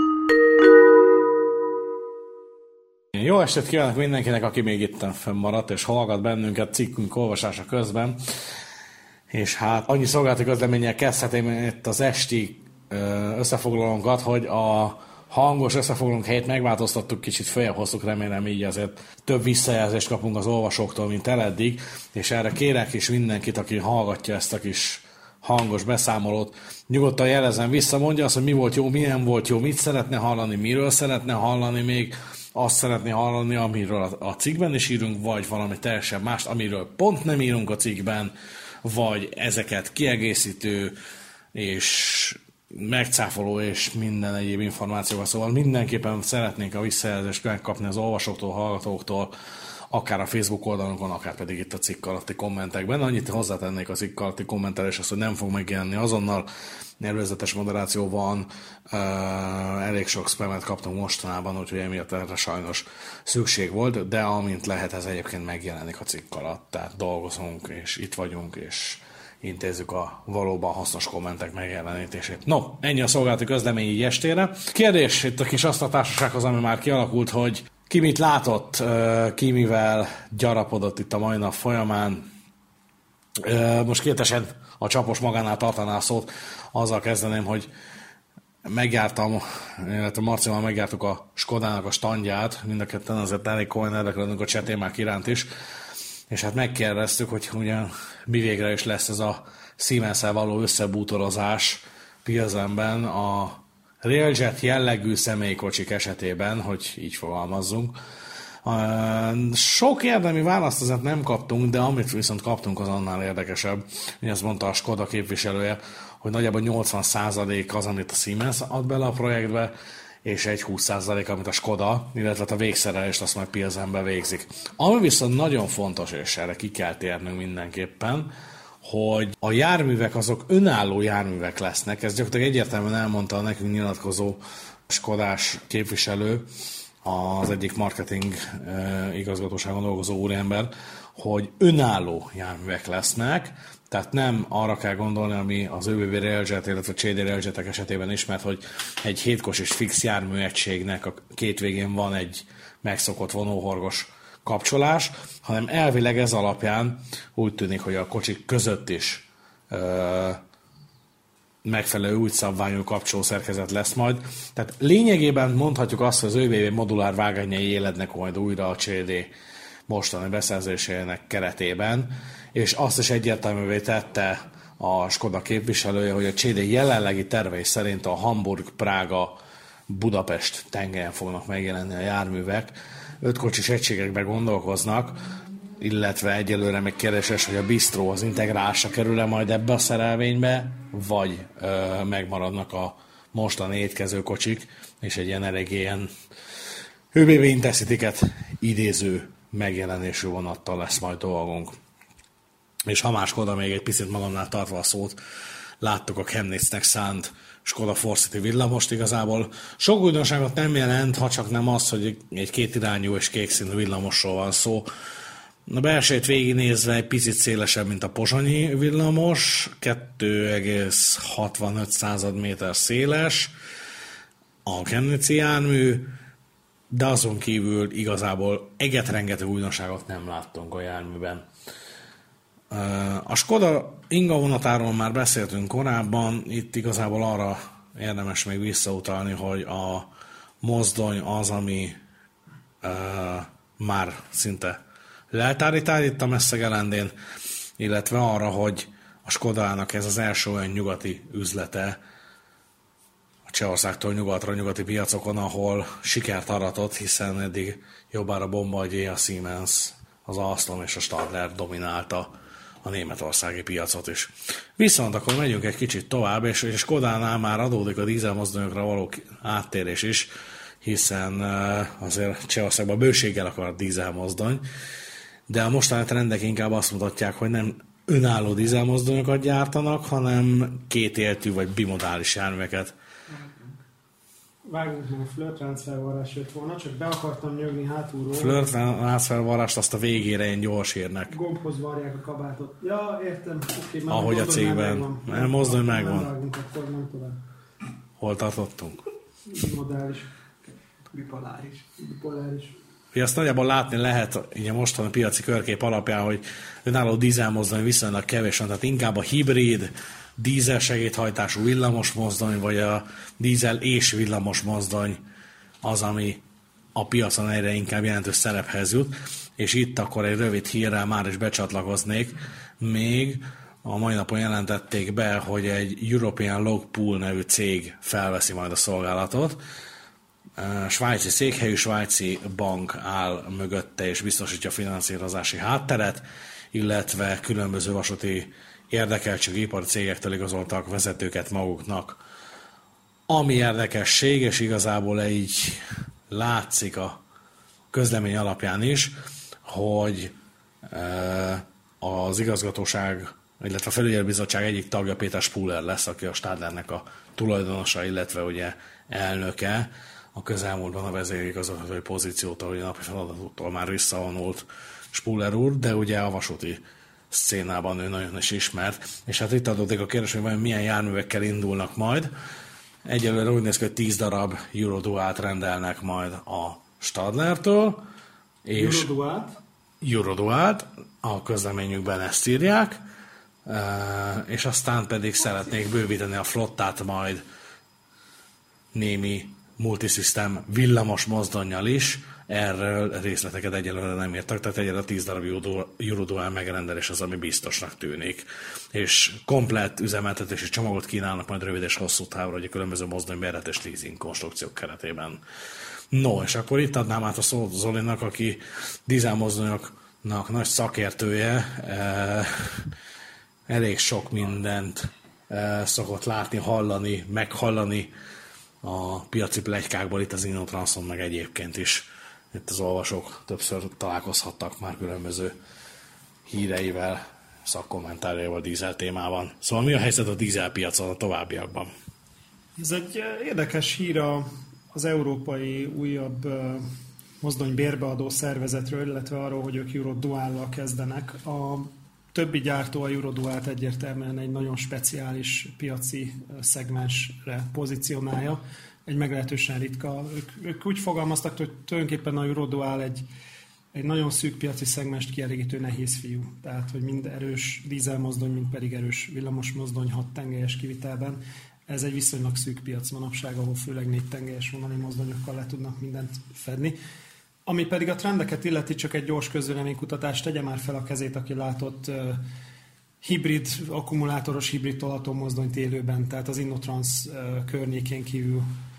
Jó estét kívánok mindenkinek, aki még itten fönnmaradt és hallgat bennünket cikkünk olvasása közben. És hát annyi szolgálati közleménnyel kezdhetém itt az esti összefoglalónkat, hogy a hangos összefoglalónk helyét megváltoztattuk, kicsit följebb hoztuk, remélem így azért több visszajelzést kapunk az olvasóktól, mint eleddig, és erre kérek is mindenkit, aki hallgatja ezt a kis hangos beszámolót, nyugodtan jelezem vissza, mondja azt, hogy mi volt jó, milyen volt jó, mit szeretne hallani, miről szeretne hallani még, azt szeretné hallani, amiről a cikkben is írunk, vagy valami teljesen mást, amiről pont nem írunk a cikkben, vagy ezeket kiegészítő és megcáfoló és minden egyéb információval. Szóval mindenképpen szeretnénk a visszajelzést megkapni az olvasóktól, hallgatóktól, akár a Facebook oldalunkon, akár pedig itt a cikk alatti kommentekben. Annyit hozzátennék a cikk alatti kommentelés, azt, hogy nem fog megjelenni azonnal. Nervezetes moderáció van, uh, elég sok spamet kaptunk mostanában, úgyhogy emiatt erre sajnos szükség volt, de amint lehet, ez egyébként megjelenik a cikk alatt. Tehát dolgozunk, és itt vagyunk, és intézzük a valóban hasznos kommentek megjelenítését. No, ennyi a szolgálati közlemény így estére. Kérdés itt a kis asztaltársasághoz, ami már kialakult, hogy ki mit látott, ki mivel gyarapodott itt a mai nap folyamán. Most kétesen a csapos magánál tartaná a szót, azzal kezdeném, hogy megjártam, illetve Marcival megjártuk a Skodának a standját, mind a ketten azért elég komolyan érdeklődünk a csetémák iránt is, és hát megkérdeztük, hogy ugyan mi végre is lesz ez a Siemens-szel való összebútorozás Pilsenben a Railjet jellegű személykocsik esetében, hogy így fogalmazzunk. Sok érdemi választ azért nem kaptunk, de amit viszont kaptunk, az annál érdekesebb. Ugye azt mondta a Skoda képviselője, hogy nagyjából nyolcvan százalék az, amit a Siemens ad bele a projektbe, és egy húsz százalék, amit a Skoda, illetve a végszerelést azt majd Pilsenbe végzik. Ami viszont nagyon fontos, és erre ki kell térnünk mindenképpen, hogy a járművek azok önálló járművek lesznek. Ez gyakorlatilag egyértelműen elmondta a nekünk nyilatkozó skodás képviselő, az egyik marketing igazgatóságon dolgozó úriember, hogy önálló járművek lesznek, tehát nem arra kell gondolni, ami az ÖBB Railjet, illetve a cé dé Railjetek esetében ismert, hogy egy hétkocsis fix járműegységnek a két végén van egy megszokott vonóhorgos kapcsolás, hanem elvileg ez alapján úgy tűnik, hogy a kocsik között is ö, megfelelő új szabványú kapcsolószerkezet lesz majd. Tehát lényegében mondhatjuk azt, hogy az ÖBB modulár vágányai élednek majd újra a cé dé mostani beszerzésének keretében, és azt is egyértelművé tette a Skoda képviselője, hogy a cé dé jelenlegi tervei szerint a Hamburg-Prága-Budapest tengelyen fognak megjelenni a járművek. Ötkocsis egységekben gondolkoznak, illetve egyelőre még kérdéses, hogy a Bistro az integrálásra kerül-e majd ebbe a szerelvénybe, vagy ö, megmaradnak a mostani étkező kocsik, és egy ilyen elég ilyen ÖBB Intercity-ket idéző megjelenésű vonattal lesz majd dolgunk. És ha már Skoda, még egy picit magamnál tartva a szót, láttuk a Chemnitznek szánt Skoda Forcity villamost, igazából sok újdonságot nem jelent, ha csak nem az, hogy egy kétirányú és kékszínű villamosról van szó. A belsejét végignézve egy picit szélesebb, mint a pozsonyi villamos, kettő egész hatvanöt méter széles a Chemnitzi jármű, de azon kívül igazából eget-rengeteg újdonságot nem láttunk a járműben. A Skoda Inga vonatáról már beszéltünk korábban, itt igazából arra érdemes még visszautalni, hogy a mozdony az, ami uh, már szinte leltárítál itt a Messzegelendén, illetve arra, hogy a Skodának ez az első olyan nyugati üzlete a Csehországtól nyugatra, nyugati piacokon, ahol sikert aratott, hiszen eddig jobbára Bombardier, a Siemens, az Alstom és a Stadler dominálta a németországi piacot is. Viszont akkor megyünk egy kicsit tovább, és, és Skodánál már adódik a dízelmozdonyokra való áttérés is, hiszen azért Csehországban bőséggel akar dízelmozdony, de a mostani trendek inkább azt mutatják, hogy nem önálló dízelmozdonyokat gyártanak, hanem kétéltű vagy bimodális járműveket. Vágunk, hogy a flört-ráncfelvarrás jött volna, csak be akartam nyögni hátulról. Flört-ráncfelvarrást azt a végére én gyors hírnek. Gombhoz varják a kabátot. Ja, értem. Okay, már ahogy a cégben. Nem, mozdony megvan. Nem vágunk, akkor nem tovább. Hol tartottunk? Bimodális. Bipoláris. Bipoláris. Ugye azt nagyjából látni lehet így a mostani piaci körkép alapján, hogy önálló dízelmozdony viszonylag kevés van, tehát inkább a hibrid, dízel segédhajtású villamos mozdony, vagy a dízel és villamos mozdony az, ami a piacon egyre inkább jelentős szerephez jut, és itt akkor egy rövid hírrel már is becsatlakoznék, még a mai napon jelentették be, hogy egy European Log Pool nevű cég felveszi majd a szolgálatot. Svájci székhelyű svájci bank áll mögötte és biztosítja a finanszírozási hátteret, illetve különböző vasúti érdekeltségű ipari cégektől igazoltak vezetőket maguknak. Ami érdekesség, és igazából így látszik a közlemény alapján is, hogy az igazgatóság, illetve a felügyelőbizottság egyik tagja Péter Spuler lesz, aki a Stadlernek a tulajdonosa, illetve ugye elnöke. A közelmúltban a vezérigazgatói pozíciótól, ugye a napi feladatoktól már visszavonult Spuler úr, de ugye a vasúti szcénában ő nagyon is ismert. És hát itt adódik a kérdés, hogy vajon milyen járművekkel indulnak majd. Egyelőre úgy néz ki, hogy tíz darab Eurodualt rendelnek majd a Stadlertől. Eurodualt? Eurodualt, a közleményükben ezt írják, és aztán pedig szeretnék bővíteni a flottát majd némi multisystem villamos mozdonnyal is. Erről részleteket egyelőre nem írtak, tehát egyelőre a tíz darab Eurodual megrendelés az, ami biztosnak tűnik. És komplett üzemeltetési csomagot kínálnak majd rövid és hosszú távra, hogy a különböző mozdonybérlet és leasing konstrukciók keretében. No, és akkor itt adnám át a szót Zolinak, aki dízelmozdonyoknak nagy szakértője, eh, elég sok mindent eh, szokott látni, hallani, meghallani a piaci pletykákból itt az Innotranszon, meg egyébként is. Itt az olvasók többször találkozhattak már különböző híreivel, szakkommentárjaival dízel témában. Szóval mi a helyzet a dízelpiacon a továbbiakban? Ez egy érdekes hír az európai újabb mozdony bérbeadó szervezetről, illetve arról, hogy ők Eurodual-lal kezdenek. A többi gyártó a Eurodualt egyértelműen egy nagyon speciális piaci szegmensre pozícionálja. Egy meglehetősen ritka. Ők, ők úgy fogalmaztak, hogy tulajdonképpen a Eurodual egy, egy nagyon szűk piaci szegmest kielégítő nehéz fiú. Tehát, hogy mind erős dízelmozdony, mind pedig erős villamosmozdony hat tengelyes kivitelben. Ez egy viszonylag szűk piac manapság, ahol főleg négy tengelyes vonali mozdonyokkal le tudnak mindent fedni. Ami pedig a trendeket illeti, csak egy gyors közvéleménykutatást, tegye már fel a kezét, aki látott uh, hibrid, akkumulátoros hibrid tolatómozdonyt élőben, tehát az Innotrans uh, környékén kívül.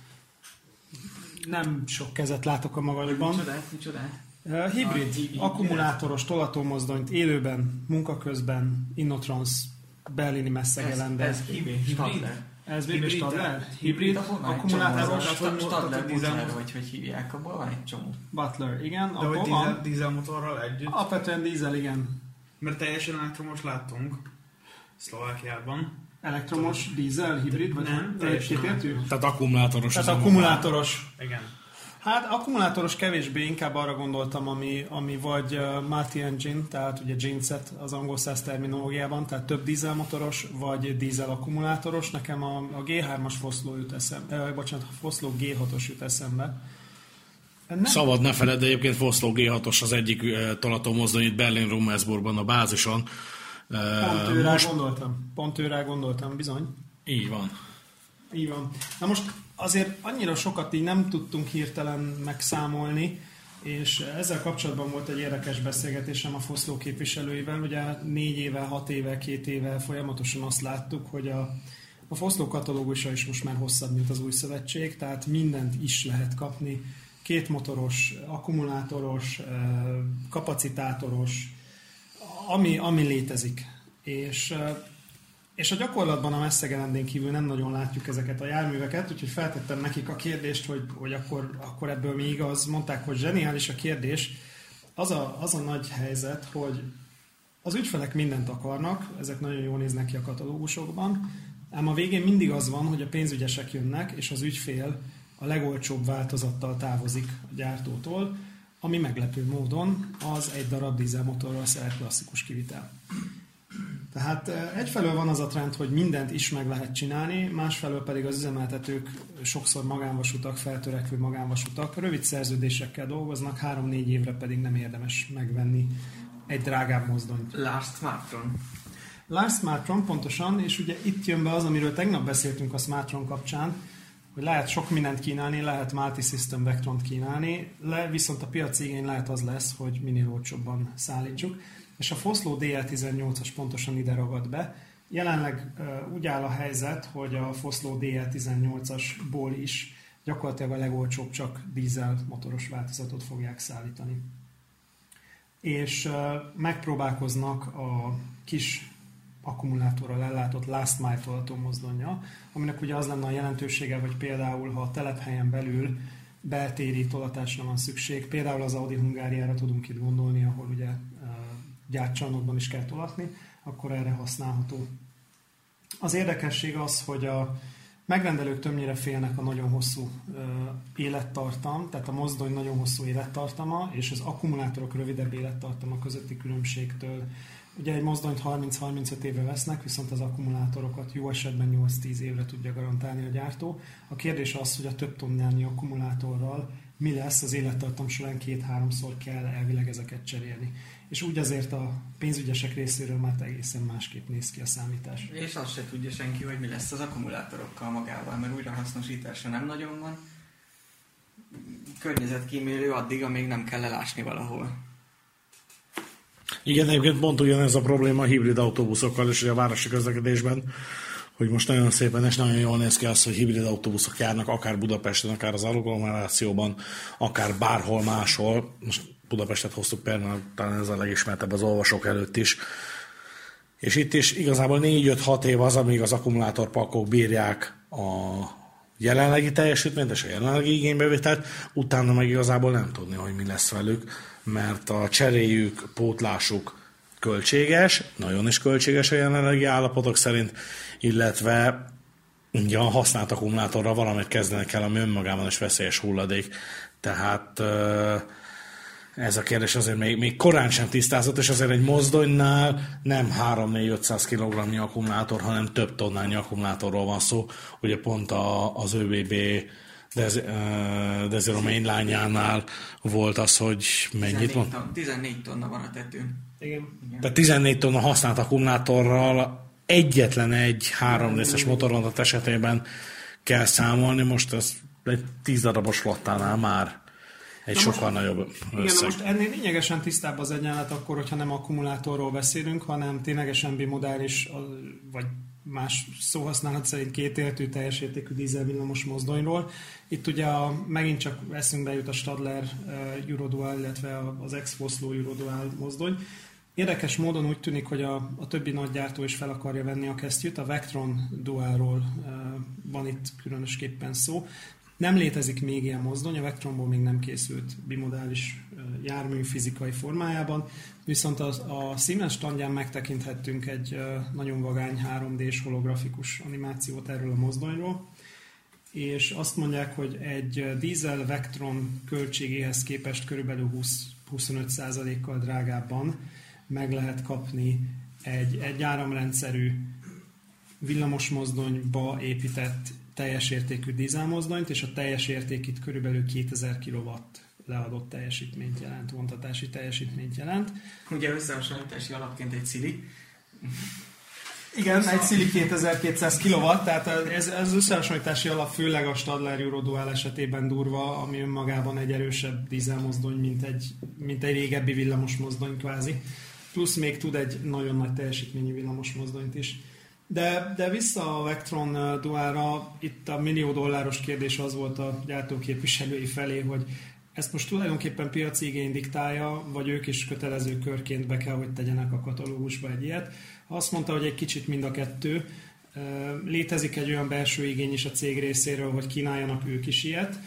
Nem sok kezet látok a magasban. Micsodát, micsodát? Uh, hibrid, ah, akkumulátoros tolatómozdonyt élőben, munkaközben, Innotrans, berlini Messzegelenden. Ez, ez hibrid? Ez végül Stadler? Hibrid, akkumulátoros, Stadler Butler, vagy hogy hívják, abból van egy csomó. Butler, igen. De hogy dízel, dízelmotorral együtt? Alapvetően dízel, igen. Mert teljesen elektromos láttunk Szlovákiában. Elektromos, dízel, hibrid, vagy nem? Teljesen. Tehát akkumulátoros. Tehát akkumulátoros. Igen. Hát akkumulátoros kevésbé, inkább arra gondoltam, ami, ami vagy uh, multi-engine, tehát ugye genset az angol száz terminológiában, tehát több dízelmotoros, vagy dízel akkumulátoros. Nekem a, a gé hármas Foszló jut eszembe, eh, bocsánat, a Foszló gé hatos jut eszembe. Nem. Szabad ne feled, de egyébként Foszló gé hatos az egyik uh, tolató mozdony itt Berlin-Rummelsburgban a bázison. Uh, Pont őrá most... gondoltam. Pont őrá gondoltam, bizony. Így van. Így van. Na most azért annyira sokat így nem tudtunk hirtelen megszámolni, és ezzel kapcsolatban volt egy érdekes beszélgetésem a Foszló képviselőivel. Ugye négy éve, hat éve, két éve folyamatosan azt láttuk, hogy a, a Foszló katalógusa is most már hosszabb, mint az új szövetség, tehát mindent is lehet kapni. Kétmotoros, akkumulátoros, kapacitátoros, ami, ami létezik. És És a gyakorlatban a Messzegelendén kívül nem nagyon látjuk ezeket a járműveket, úgyhogy feltettem nekik a kérdést, hogy, hogy akkor, akkor ebből mi igaz. Mondták, hogy zseniális a kérdés. Az a, az a nagy helyzet, hogy az ügyfelek mindent akarnak, ezek nagyon jól néznek ki a katalógusokban, ám a végén mindig az van, hogy a pénzügyesek jönnek, és az ügyfél a legolcsóbb változattal távozik a gyártótól, ami meglepő módon az egy darab dízelmotorral szerelt klasszikus kivitel. Tehát egyfelől van az a trend, hogy mindent is meg lehet csinálni, másfelől pedig az üzemeltetők sokszor magánvasutak, feltörekvő magánvasutak, rövid szerződésekkel dolgoznak, három-négy évre pedig nem érdemes megvenni egy drágább mozdonyt. Lars Smartron. Lars Smartron pontosan, és ugye itt jön be az, amiről tegnap beszéltünk a Smartron kapcsán, hogy lehet sok mindent kínálni, lehet multi-system Vectront kínálni, le, viszont a piaci igény lehet az lesz, hogy minél olcsóbban szállítsuk. És a Foszló dé el tizennyolcas pontosan ide ragad be. Jelenleg uh, úgy áll a helyzet, hogy a Foszló dé el tizennyolcasból is gyakorlatilag a legolcsóbb csak dízel motoros változatot fogják szállítani. És uh, megpróbálkoznak a kis akkumulátorral ellátott last mile tolató mozdonnyal, aminek ugye az lenne a jelentősége, hogy például ha a telephelyen belül beltéri tolatásra van szükség, például az Audi Hungáriára tudunk itt gondolni, ahol ugye gyártcsarnokban is kell tolatni, akkor erre használható. Az érdekesség az, hogy a megrendelők többnyire félnek a nagyon hosszú ö, élettartam, tehát a mozdony nagyon hosszú élettartama, és az akkumulátorok rövidebb élettartama közötti különbségtől. Ugye egy mozdonyt harminc-harmincöt évre vesznek, viszont az akkumulátorokat jó esetben nyolc-tíz évre tudja garantálni a gyártó. A kérdés az, hogy a több tonnányi akkumulátorral mi lesz, az élettartam során két-háromszor kell elvileg ezeket cserélni. És úgy azért a pénzügyesek részéről már egészen másképp néz ki a számítás. És azt se tudja senki, hogy mi lesz az akkumulátorokkal magával, mert újrahasznosításra nem nagyon van. Környezetkímélő addig, amíg nem kell elásni valahol. Igen, egyébként pont ugyanez a probléma a hibrid autóbuszokkal és a városi közlekedésben, hogy most nagyon szépen és nagyon jól néz ki az, hogy hibrid autóbuszok járnak, akár Budapesten, akár az agglomerációban, akár bárhol máshol. Most Budapestet hoztuk például, talán ez a legismertebb az olvasók előtt is. És itt is igazából négy-öt-hat év az, amíg az akkumulátorparkok bírják a jelenlegi teljesítményt és a jelenlegi igénybevételt, utána meg igazából nem tudni, hogy mi lesz velük, mert a cseréjük, pótlásuk költséges, nagyon is költséges a jelenlegi állapotok szerint, illetve ugye a használt akkumulátorra valamit kezdenek el, ami önmagában is veszélyes hulladék. Tehát ez a kérdés azért még, még korán sem tisztázott, és azért egy mozdonynál nem három-négy-ötszáz kilogramnyi akkumulátor, hanem több tonnányi akkumulátorról van szó. Ugye pont a, az ÖBB Desiro mainline-jánál volt az, hogy mennyit van? tizennégy tonna van a tetőn. Igen. Igen. Tehát tizennégy tonna használt akkumulátorral egyetlen egy háromrészes motorvonat esetében kell számolni, most ez egy tíz darabos flottánál már egy na sokkal most, nagyobb összeg. Igen, most ennél lényegesen tisztább az egyenlet akkor, hogyha nem akkumulátorról beszélünk, hanem ténylegesen bimodális, vagy más szóhasználat szerint kétéltű teljes értékű dízelvillamos mozdonyról. Itt ugye a, megint csak eszünkbe jut a Stadler uh, Eurodual, illetve az ex-Foszló Eurodual mozdony. Érdekes módon úgy tűnik, hogy a, a többi nagy gyártó is fel akarja venni a kesztyűt. A Vectron Dualról uh, van itt különösképpen szó. Nem létezik még ilyen mozdony, a Vectronból még nem készült bimodális jármű fizikai formájában, viszont a, a Siemens standján megtekinthettünk egy nagyon vagány három dés holografikus animációt erről a mozdonyról, és azt mondják, hogy egy dízel Vectron költségéhez képest körülbelül húsz-huszonöt százalékkal drágábban meg lehet kapni egy, egy áramrendszerű villamosmozdonyba épített teljes értékű dízelmozdonyt, és a teljes érték itt körülbelül kétezer kilowatt leadott teljesítményt jelent, vontatási teljesítményt jelent. Ugye összehasonlítási alapként egy Cili. Igen, egy Cili kétezer-kétszáz kilowatt, tehát ez, ez összehasonlítási alap főleg a Stadler Eurodual esetében durva, ami önmagában egy erősebb dízelmozdony, mint egy, mint egy régebbi villamosmozdony kvázi. Plusz még tud egy nagyon nagy teljesítményű villamosmozdonyt is. De, de vissza a Vectron Dualra, itt a millió dolláros kérdés az volt a gyártóképviselői felé, hogy ezt most tulajdonképpen piaci igény diktálja, vagy ők is kötelező körként be kell, hogy tegyenek a katalógusba egy ilyet. Azt mondta, hogy egy kicsit mind a kettő. Létezik egy olyan belső igény is a cég részéről, hogy kínáljanak ők is ilyet.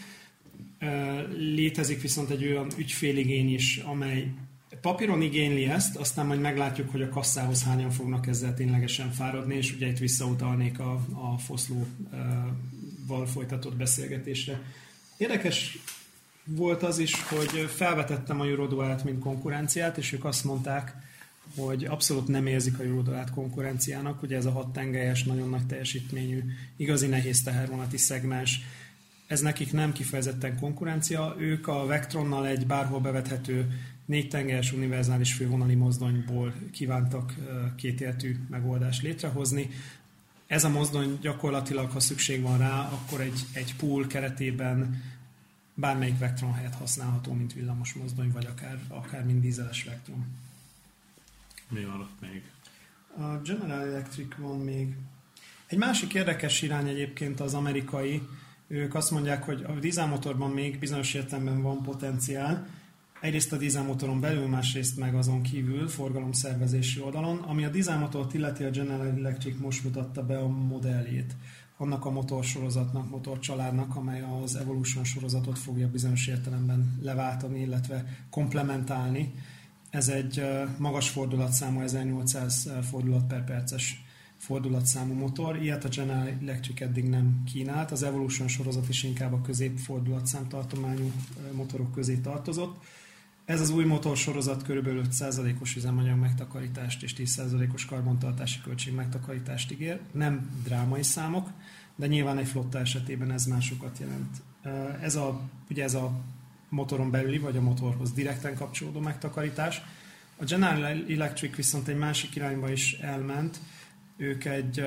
Létezik viszont egy olyan ügyféligény is, amely papíron igényli ezt, aztán majd meglátjuk, hogy a kasszához hányan fognak ezzel ténylegesen fáradni, és ugye itt visszautalnék a, a Foszlóval folytatott beszélgetésre. Érdekes volt az is, hogy felvetettem a Eurodualt, mint konkurenciát, és ők azt mondták, hogy abszolút nem érzik a Eurodualt konkurenciának. Ugye ez a hat tengelyes, nagyon nagy teljesítményű, igazi nehéz tehervonati szegmens. Ez nekik nem kifejezetten konkurencia. Ők a Vectronnal egy bárhol bevethető négy tengelyes univerzális fővonali mozdonyból kívántak kétéltű megoldást létrehozni. Ez a mozdony gyakorlatilag, ha szükség van rá, akkor egy, egy pool keretében bármelyik Vectron helyett használható, mint villamos mozdony, vagy akár, akár mint dízeles Vectron. Mi van ott még? A General Electric van még. Egy másik érdekes irány egyébként az amerikai. Ők azt mondják, hogy a dízelmotorban még bizonyos értelemben van potenciál. Egyrészt a dízelmotoron belül, másrészt meg azon kívül, forgalomszervezési oldalon. Ami a dízelmotort illeti, a General Electric most mutatta be a modelljét. Annak a motorsorozatnak, motorcsaládnak, amely az Evolution sorozatot fogja bizonyos értelemben leváltani, illetve komplementálni. Ez egy magas fordulatszámú, ezernyolcszáz fordulat per perces fordulatszámú motor. Ilyet a General Electric eddig nem kínált. Az Evolution sorozat is inkább a középfordulatszám tartományú motorok közé tartozott. Ez az új motorsorozat körülbelül öt százalékos üzemanyag megtakarítást és tíz százalékos karbantartási költség megtakarítást ígér. Nem drámai számok, de nyilván egy flotta esetében ez másokat jelent. Ez a, ugye ez a motoron belüli, vagy a motorhoz direkten kapcsolódó megtakarítás. A General Electric viszont egy másik irányba is elment. Ők egy,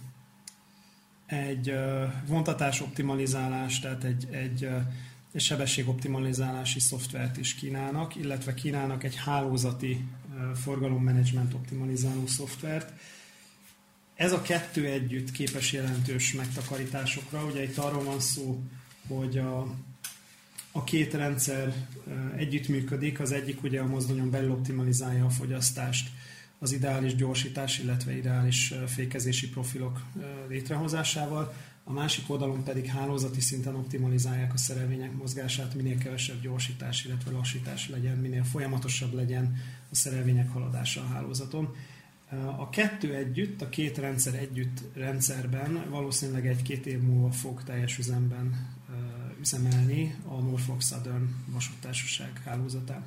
egy vontatás optimalizálás, tehát egy, egy, egy sebességoptimalizálási szoftvert is kínálnak, illetve kínálnak egy hálózati forgalommenedzsment optimalizáló szoftvert. Ez a kettő együtt képes jelentős megtakarításokra. Ugye itt arról van szó, hogy a, a két rendszer együttműködik, az egyik ugye a mozdonyon belül optimalizálja a fogyasztást, az ideális gyorsítás, illetve ideális fékezési profilok létrehozásával, a másik oldalon pedig hálózati szinten optimalizálják a szerelvények mozgását, minél kevesebb gyorsítás, illetve lassítás legyen, minél folyamatosabb legyen a szerelvények haladása a hálózaton. A kettő együtt, a két rendszer együtt rendszerben valószínűleg egy-két év múlva fog teljes üzemben üzemelni a Norfolk Southern vasúttársaság hálózatán.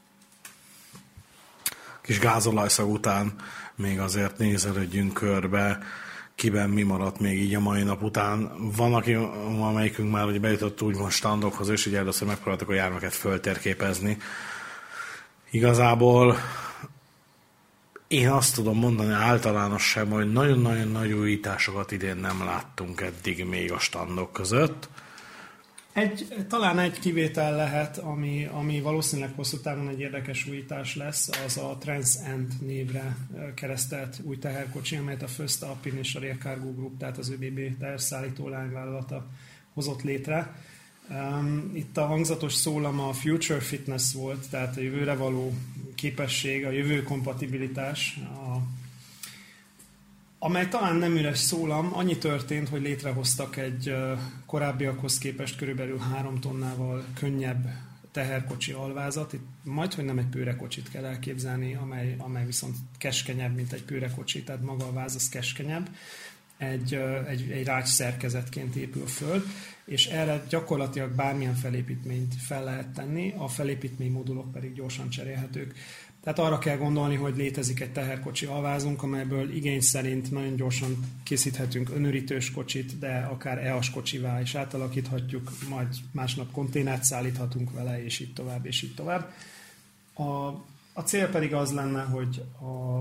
Kis gázolajszag után még azért nézelődjünk körbe, kiben mi maradt még így a mai nap után. Van, aki, amelyikünk már ugye bejutott úgymond standokhoz, és ugye először megpróbáltak a járműveket föltérképezni. Igazából én azt tudom mondani általánosságban, hogy nagyon-nagyon nagy újításokat idén nem láttunk eddig még a standok között. Egy, talán egy kivétel lehet, ami, ami valószínűleg hosszú távon egy érdekes újítás lesz, az a Transcend névre keresztelt új teherkocsi, amelyet a First Alpine és a Rail Cargo Group, tehát az ÖBB teherszállító lányvállalata hozott létre. Itt a hangzatos szólama a Future Fitness volt, tehát a jövőre való képesség, a jövő kompatibilitás, a amely talán nem üres szólam, annyi történt, hogy létrehoztak egy korábbiakhoz képest körülbelül három tonnával könnyebb teherkocsi alvázat. Itt majdhogy nem egy pőrekocsit kell elképzelni, amely, amely viszont keskenyebb, mint egy pőrekocsi, tehát maga a váz az keskenyebb. egy, egy, egy rács szerkezetként épül föl, és erre gyakorlatilag bármilyen felépítményt fel lehet tenni, a felépítmény modulok pedig gyorsan cserélhetők. Tehát arra kell gondolni, hogy létezik egy teherkocsi alvázunk, amelyből igény szerint nagyon gyorsan készíthetünk önürítős kocsit, de akár é á es kocsivá is átalakíthatjuk, majd másnap konténert szállíthatunk vele, és így tovább, és így tovább. A, a cél pedig az lenne, hogy a,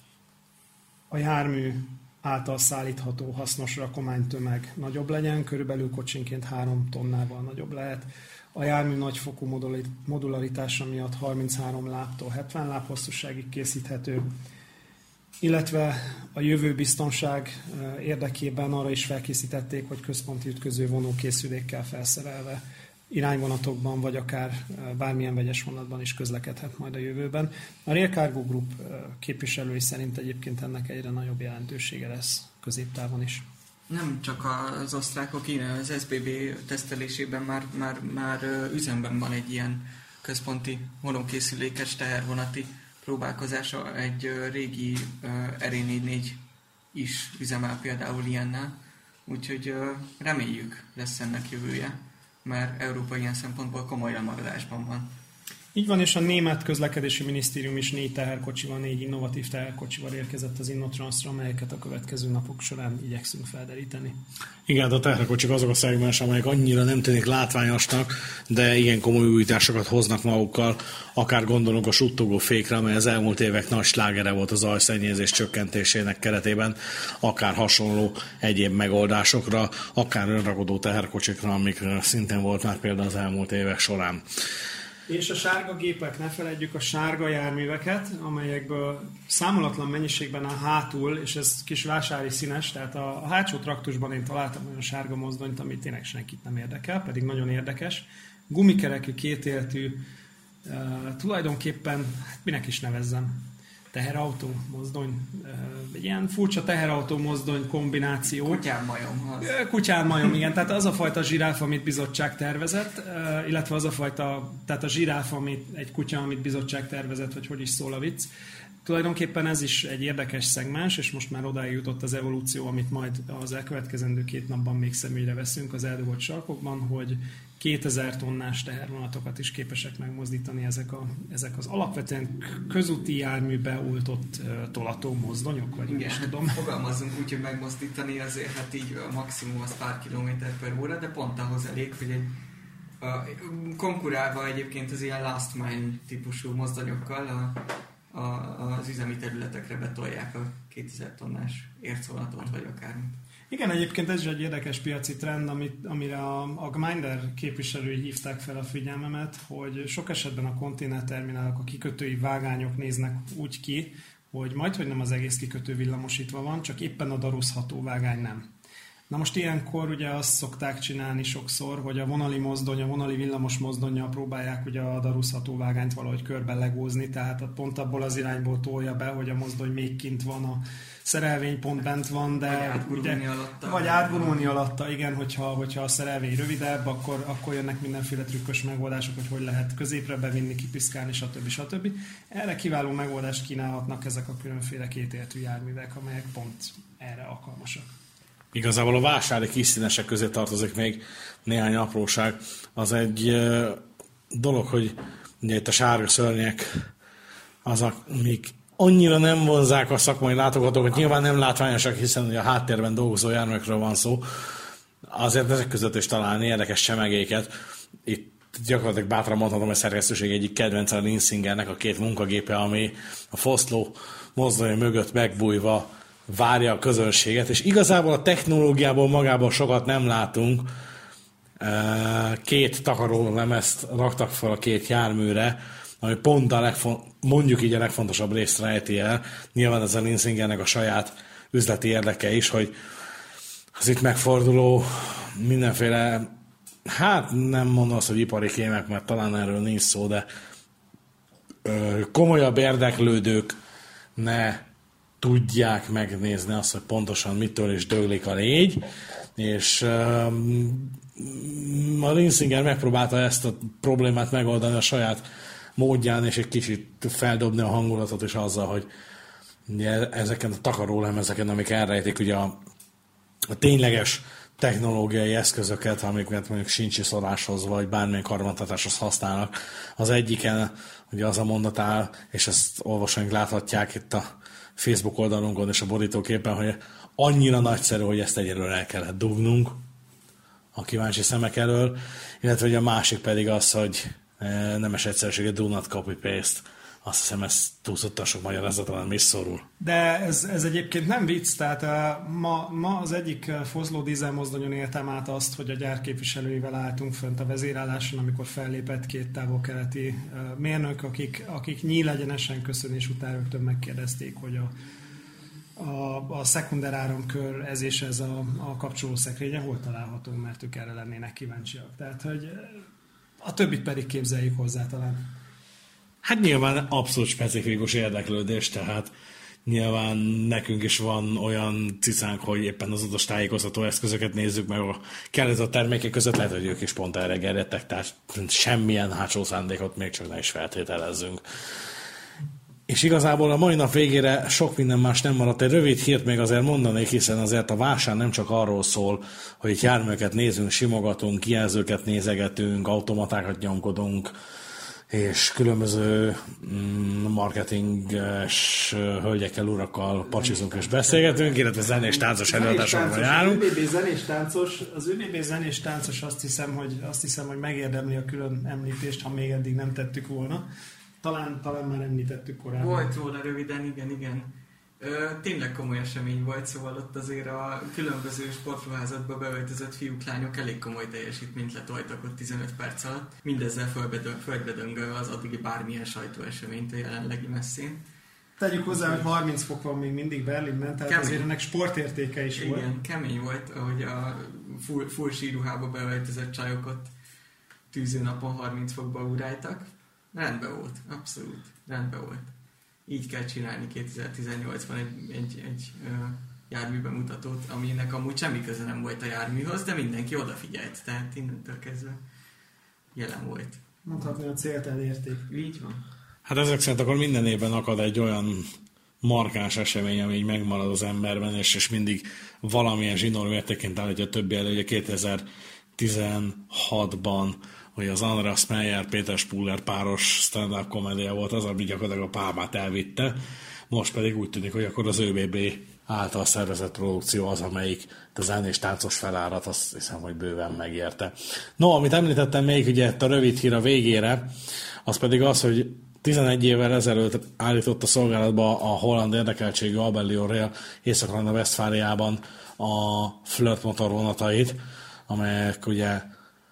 a jármű által szállítható hasznos rakománytömeg nagyobb legyen, körülbelül kocsinként három tonnával nagyobb lehet. A jármű nagyfokú modularitása miatt harminchárom lábtól hetven láb hosszúságig készíthető, illetve a jövő biztonság érdekében arra is felkészítették, hogy központi ütköző vonókészülékkel felszerelve irányvonatokban, vagy akár bármilyen vegyes vonatban is közlekedhet majd a jövőben. A Rail Cargo Group képviselői szerint egyébként ennek egyre nagyobb jelentősége lesz középtávon is. Nem csak az osztrákok, igen, az es bé bé tesztelésében már, már, már üzemben van egy ilyen központi vonókészülékes tehervonati próbálkozása. Egy régi er é negyvennégy is üzemel például ilyennel, úgyhogy reméljük lesz ennek jövője, mert Európa ilyen szempontból komoly lemaradásban van. Így van, és a német közlekedési minisztérium is négy teherkocsival, négy innovatív teherkocsival érkezett az Innotransra, amelyeket a következő napok során igyekszünk felderíteni. Igen, a teherkocsik azok a szegmens, amelyek annyira nem tűnik látványosnak, de igen komoly újításokat hoznak magukkal, akár gondolunk a suttogó fékre, amely az elmúlt évek nagy slágere volt az zajszennyezés csökkentésének keretében, akár hasonló egyéb megoldásokra, akár önrakodó teherkocsikra, amik szintén volt már például az elmúlt évek során. És a sárga gépek, ne feledjük a sárga járműveket, amelyekből számolatlan mennyiségben a hátul, és ez kis vásári színes, tehát a, a hátsó traktusban én találtam olyan sárga mozdonyt, ami tényleg senkit nem érdekel, pedig nagyon érdekes. Gumikerekű, kétéltű, uh, tulajdonképpen, hát minek is nevezzem, teherautó mozdony, uh, egy ilyen furcsa teherautó mozdony kombináció. Kutyánmajom. Kutyánmajom, igen, tehát az a fajta zsiráf, amit bizottság tervezett, uh, illetve az a fajta, tehát a zsiráf, amit egy kutya, amit bizottság tervezett, vagy hogy is szól a vicc. Tulajdonképpen ez is egy érdekes szegmens, és most már odáig jutott az evolúció, amit majd az elkövetkezendő két napban még szemügyre veszünk az eldugott sarkokban, hogy kétezer tonnás tehervonatokat is képesek megmozdítani ezek, a, ezek az alapvetően közúti járműbe oltott uh, tolató mozdonyok, vagy igen, is tudom. Fogalmazzunk úgy, hogy megmozdítani azért, hát így a maximum az pár kilométer per óra, de pont ahhoz elég, hogy egy uh, konkurálva egyébként az ilyen last mile típusú mozdonyokkal a, a, az üzemi területekre betolják a kétezer tonnás ércvonatot, vagy akármit. Igen, egyébként ez is egy érdekes piaci trend, amit, amire a, a Gminder képviselői hívták fel a figyelmemet, hogy sok esetben a konténerterminálok, a kikötői vágányok néznek úgy ki, hogy majdhogy nem az egész kikötő villamosítva van, csak éppen a darúzható vágány nem. Na most ilyenkor ugye azt szokták csinálni sokszor, hogy a vonali mozdony, a vonali villamos mozdonnyal próbálják ugye a darúzható vágányt valahogy körben legózni, tehát pont abból az irányból tolja be, hogy a mozdony még kint van, a szerelvény pont bent van, de... Vagy átgurulni alatta. Vagy átgurulni alatta, igen, hogyha, hogyha a szerelvény rövidebb, akkor, akkor jönnek mindenféle trükkös megoldások, hogy hogy lehet középre bevinni, kipiszkálni, stb. stb. Erre kiváló megoldást kínálhatnak ezek a különféle kétéltű járművek, amelyek pont erre alkalmasak. Igazából a vásári kis színesek közé tartozik még néhány apróság. Az egy uh, dolog, hogy ugye itt a sárga szörnyek azok, amik annyira nem vonzák a szakmai látogatókat, nyilván nem látványosak, hiszen ugye a háttérben dolgozó járművekről van szó. Azért ezek között is találni érdekes csemegéket. Itt gyakorlatilag bátran mondhatom, hogy a szerkesztőség egyik kedvence a Linsingernek a két munkagépe, ami a foszló mozdony mögött megbújva várja a közönséget, és igazából a technológiából magából sokat nem látunk. Két takarólemezt raktak fel a két járműre, ami pont a legfon- mondjuk így a legfontosabb részt rejti el. Nyilván ez a Linsingernek a saját üzleti érdeke is, hogy az itt megforduló mindenféle, hát nem mondom azt, hogy ipari kémek, mert talán erről nincs szó, de komolyabb érdeklődők ne tudják megnézni azt, hogy pontosan mitől is döglik a légy, és um, a Linsinger megpróbálta ezt a problémát megoldani a saját módján, és egy kicsit feldobni a hangulatot is azzal, hogy ugye ezeken a takarólemezeken, amik elrejtik ugye a a tényleges technológiai eszközöket, amiket mondjuk sincsiszoráshoz vagy bármilyen karbantartáshoz használnak. Az egyiken ugye az a mondat áll, és ezt olvasóink láthatják itt a Facebook oldalunkon és a borítóképen, hogy annyira nagyszerű, hogy ezt egyelőre el kellett dugnunk a kíváncsi szemek elől, illetve hogy a másik pedig az, hogy nemes egyszerűsége do not copy-paste. Azt hiszem, ez túlszottan sok magyarázata nem is szorul. De ez, ez egyébként nem vicc, tehát uh, ma, ma az egyik uh, Fozló dízel mozdonyon éltem át azt, hogy a gyárképviselőivel álltunk fönt a vezérálláson, amikor fellépett két távol-keleti uh, mérnök, akik, akik nyílegyenesen köszönés után rögtön megkérdezték, hogy a, a, a szekunder áramkör ez és ez a, a kapcsoló szekrénye hol található, mert ők erre lennének kíváncsiak. Tehát, hogy a többit pedig képzeljük hozzá talán. Hát nyilván abszolút specifikus érdeklődés, tehát nyilván nekünk is van olyan cicánk, hogy éppen az utas tájékoztató eszközöket nézzük meg a kellett termékek között, lehet, hogy ők is pont erre gerjedtek, tehát semmilyen hátsó szándékot még csak ne is feltételezzünk. És igazából a mai nap végére sok minden más nem maradt. Egy rövid hírt még azért mondanék, hiszen azért a vásár nem csak arról szól, hogy itt járműket nézünk, simogatunk, kijelzőket nézegetünk, automatákat nyomkodunk, és különböző marketinges hölgyekkel, urakkal pacsizunk és beszélgetünk, illetve zenés táncos előadásokban járunk. Az ÜBB zenés táncos, az ÜBB zenés táncos azt hiszem, hogy, azt hiszem, hogy megérdemli a külön említést, ha még eddig nem tettük volna. Talán, talán már említettük korábban. Volt róla röviden, igen, igen. Ö, tényleg komoly esemény volt, szóval ott azért a különböző sportruházatba beöltözött fiúk, lányok elég komoly teljesítményt letoltak ott tizenöt perc alatt. Mindezzel fölbedöngölve az addigi bármilyen sajtóeseményt a jelenlegi messzén. Tegyük hozzá, hogy harminc fok van még mindig Berlinben, tehát kemény. Azért ennek sportértéke is igen, volt. Igen, kemény volt, ahogy a full, full síruhába beöltözött csajok ott tűzőnapon harminc fokba uráltak. Rendben volt, abszolút, rendben volt. Így kell csinálni kétezer-tizennyolcban egy, egy, egy ö, járműbemutatót, aminek amúgy semmi köze nem volt a járműhoz, de mindenki odafigyelt, tehát innentől kezdve jelen volt. Mondhatni, a célt elérték. Így van. Hát ezek szerint akkor minden évben akad egy olyan markáns esemény, ami így megmarad az emberben, és, és mindig valamilyen zsinóró értékként állítja a többi elő. Ugye kétezer-tizenhatban hogy az Andreas Meyer, Péter Spuller páros stand-up komédia volt az, ami gyakorlatilag a pálmát elvitte. Most pedig úgy tűnik, hogy akkor az ÖBB által szervezett produkció az, amelyik a zenés táncos felárat, azt hiszem, hogy bőven megérte. No, amit említettem még ugye a rövid hír a végére, az pedig az, hogy tizenegy évvel ezelőtt állított a szolgálatba a holland érdekeltségű Abellio Rail Észak-Rajna-Vesztfáliában a Flirt motorvonatait, amelyek ugye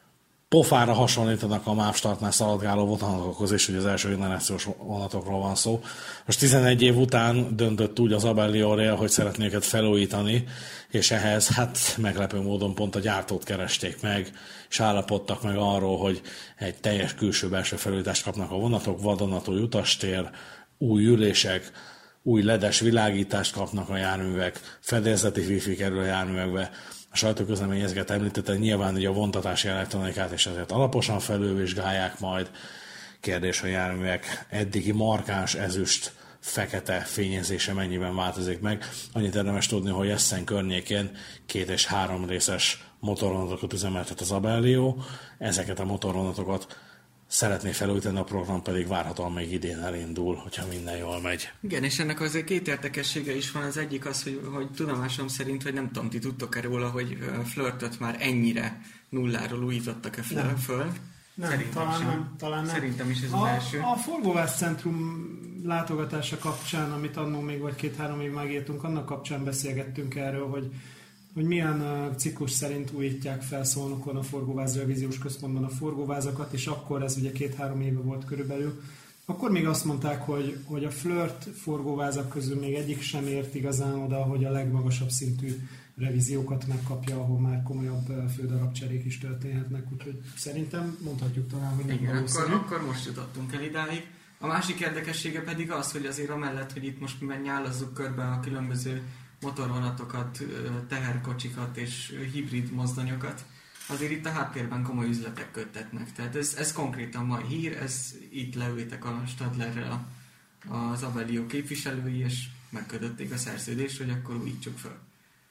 pofára hasonlítanak a MÁV startnál szaladgáló vonatokhoz is, hogy az első generációs vonatokról van szó. Most tizenegy év után döntött úgy az Abellio Rail, hogy szeretné őket felújítani, és ehhez hát meglepő módon pont a gyártót keresték meg, és állapodtak meg arról, hogy egy teljes külső-belső felújítást kapnak a vonatok, vadonatúj utastér, új ülések, új ledes világítást kapnak a járművek, fedélzeti wifi kerül a járművekbe. A sajtóközlemény ezeket említette, nyilván hogy a vontatási elektronikát és ezért alaposan felülvizsgálják majd. Kérdés, hogy a járművek eddigi markáns ezüst fekete fényezése mennyiben változik meg. Annyit érdemes tudni, hogy Essen környékén két és három részes motorvonatokat üzemeltet az Abellio. Ezeket a motorvonatokat szeretné felújítani, a program pedig várhatóan még idén elindul, hogyha minden jól megy. Igen, és ennek azért két érdekessége is van. Az egyik az, hogy, hogy tudomásom szerint, hogy nem tudom, ti tudtok-e róla, hogy Flirtöt már ennyire nulláról újítottak-e föl? föl? Nem, Szerintem talán sem. nem, talán nem. Szerintem is ez a, az első. A Forgóvász Centrum látogatása kapcsán, amit annól még vagy két-három év megírtunk, annak kapcsán beszélgettünk erről, hogy hogy milyen uh, ciklus szerint újítják fel Szolnokon a Forgóváz Revíziós Központban a forgóvázakat, és akkor ez ugye két-három éve volt körülbelül. Akkor még azt mondták, hogy, hogy a Flirt forgóvázak közül még egyik sem ért igazán oda, hogy a legmagasabb szintű revíziókat megkapja, ahol már komolyabb uh, fődarabcserék is történhetnek, úgyhogy szerintem mondhatjuk talán, hogy nem Igen, valószínű. akkor, akkor most jutottunk el idáig. A másik érdekessége pedig az, hogy azért amellett, hogy itt most mi nyálazzuk körbe a különböző motorvonatokat, teherkocsikat és hibrid mozdonyokat, azért itt a háttérben komoly üzletek köttetnek. Tehát ez, ez konkrétan mai hír, ez itt leültek a Stadlerrel az Abellio képviselői, és megkötötték a szerződést, hogy akkor újítsuk föl.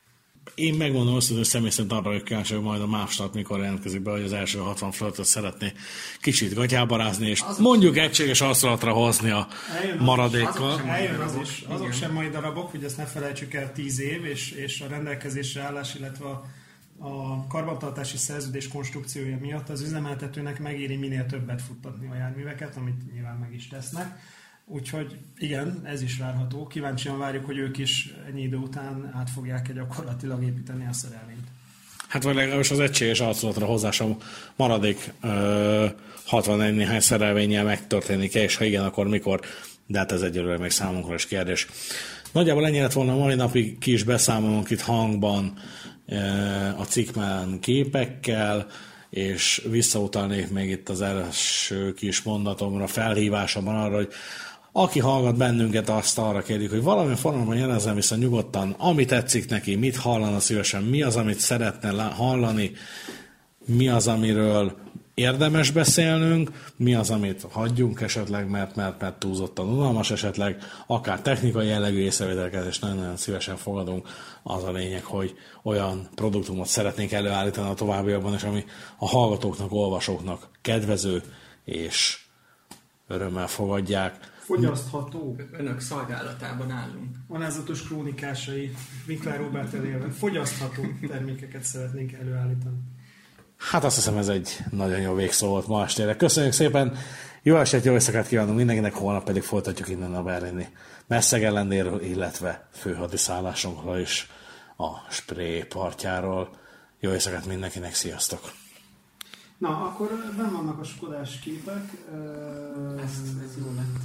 én megmondom azt, hogy személy szerint arra vagyok kíváncsi, hogy majd a MÁV-start mikor jelentkezik be, hogy az első hatvan fölöttet szeretné kicsit gatyába rázni, és azok mondjuk egységes arculatra hozni a eljön maradékkal. Azok, eljön az is. Azok sem mai darabok, hogy ezt ne felejtsük el, tíz év, és, és a rendelkezésre állás, illetve a, a karbantartási szerződés konstrukciója miatt az üzemeltetőnek megéri minél többet futtatni a járműveket, amit nyilván meg is tesznek. Úgyhogy igen, ez is várható. Kíváncsian várjuk, hogy ők is ennyi idő után át fogják gyakorlatilag építeni a szerelvényt. Hát vagy legalábbis az egységes arculatra hozása maradék ö, hatvanegy néhány szerelvénnyel megtörténik-e, és ha igen, akkor mikor? De hát ez egyelőre még számunkra is kérdés. Nagyjából ennyi lett volna a mai napig kis beszámolunk itt hangban ö, a cikkben képekkel, és visszautalnék még itt az első kis mondatomra, felhívásomban arra, hogy aki hallgat bennünket, azt arra kérjük, hogy valamilyen formában jelezzen vissza nyugodtan, ami tetszik neki, mit hallana szívesen, mi az, amit szeretne hallani, mi az, amiről érdemes beszélnünk, mi az, amit hagyjunk esetleg, mert, mert, mert túlzottan unalmas esetleg, akár technikai jellegű észrevételeket, és nagyon-nagyon szívesen fogadunk. Az a lényeg, hogy olyan produktumot szeretnénk előállítani a továbbiakban, és ami a hallgatóknak, olvasóknak kedvező, és örömmel fogadják. Fogyasztható. Önök szolgálatában állunk. Alázatos krónikásai Winkler Róbert elérve. Fogyasztható termékeket szeretnénk előállítani. Hát azt hiszem, ez egy nagyon jó végszó volt ma estére. Köszönjük szépen, jó estét, jó éjszakát kívánunk mindenkinek, holnap pedig folytatjuk innen a berlini Messzegellennéről, illetve főhadiszállásunkról is a Spree partjáról. Jó éjszakát mindenkinek, sziasztok! Na, akkor benn vannak a Skodás képek. Ez, ez jó lett.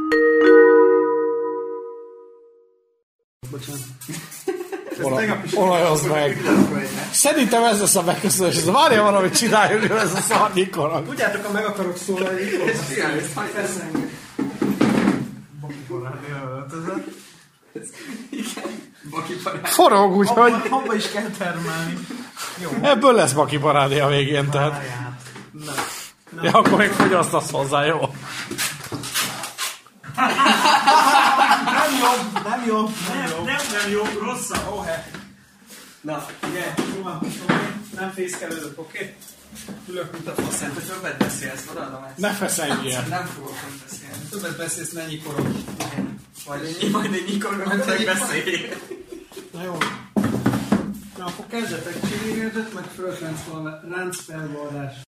Bocsánat. Olajozd meg! Szerintem ez lesz a megköszönés, ez várja valamit csináljuk, ez a szarnyikorag. Tudjátok, ha meg akarok szólalni, akkor Ez figyelj, ez hajt feszeng. Bakiparádé öltözött. Igen, bakiparádé. Forog, úgyhogy Abba is kell termelni. Jó. ebből lesz bakiparádé a végén, tehát. Na. Ja, akkor még fogyasztasz hozzá, jó? Nem jobb, nem jobb, nem jobb. Nem, nem jobb, rossz a óhe. Na, ugye, jó van, nem fészkelődök, oké? Okay? Ülök, mint a faszán. Te többet beszélsz, odaadom ezt. Ne feszeljél! Nem fogok nem beszélni. Többet beszélsz, ne nyikorog. Majd egy, majd egy nyikorog, majd meg beszélj. Na jó. Na, akkor kezdetek csinálni, meg fölklánc valami ráncfelvarrás.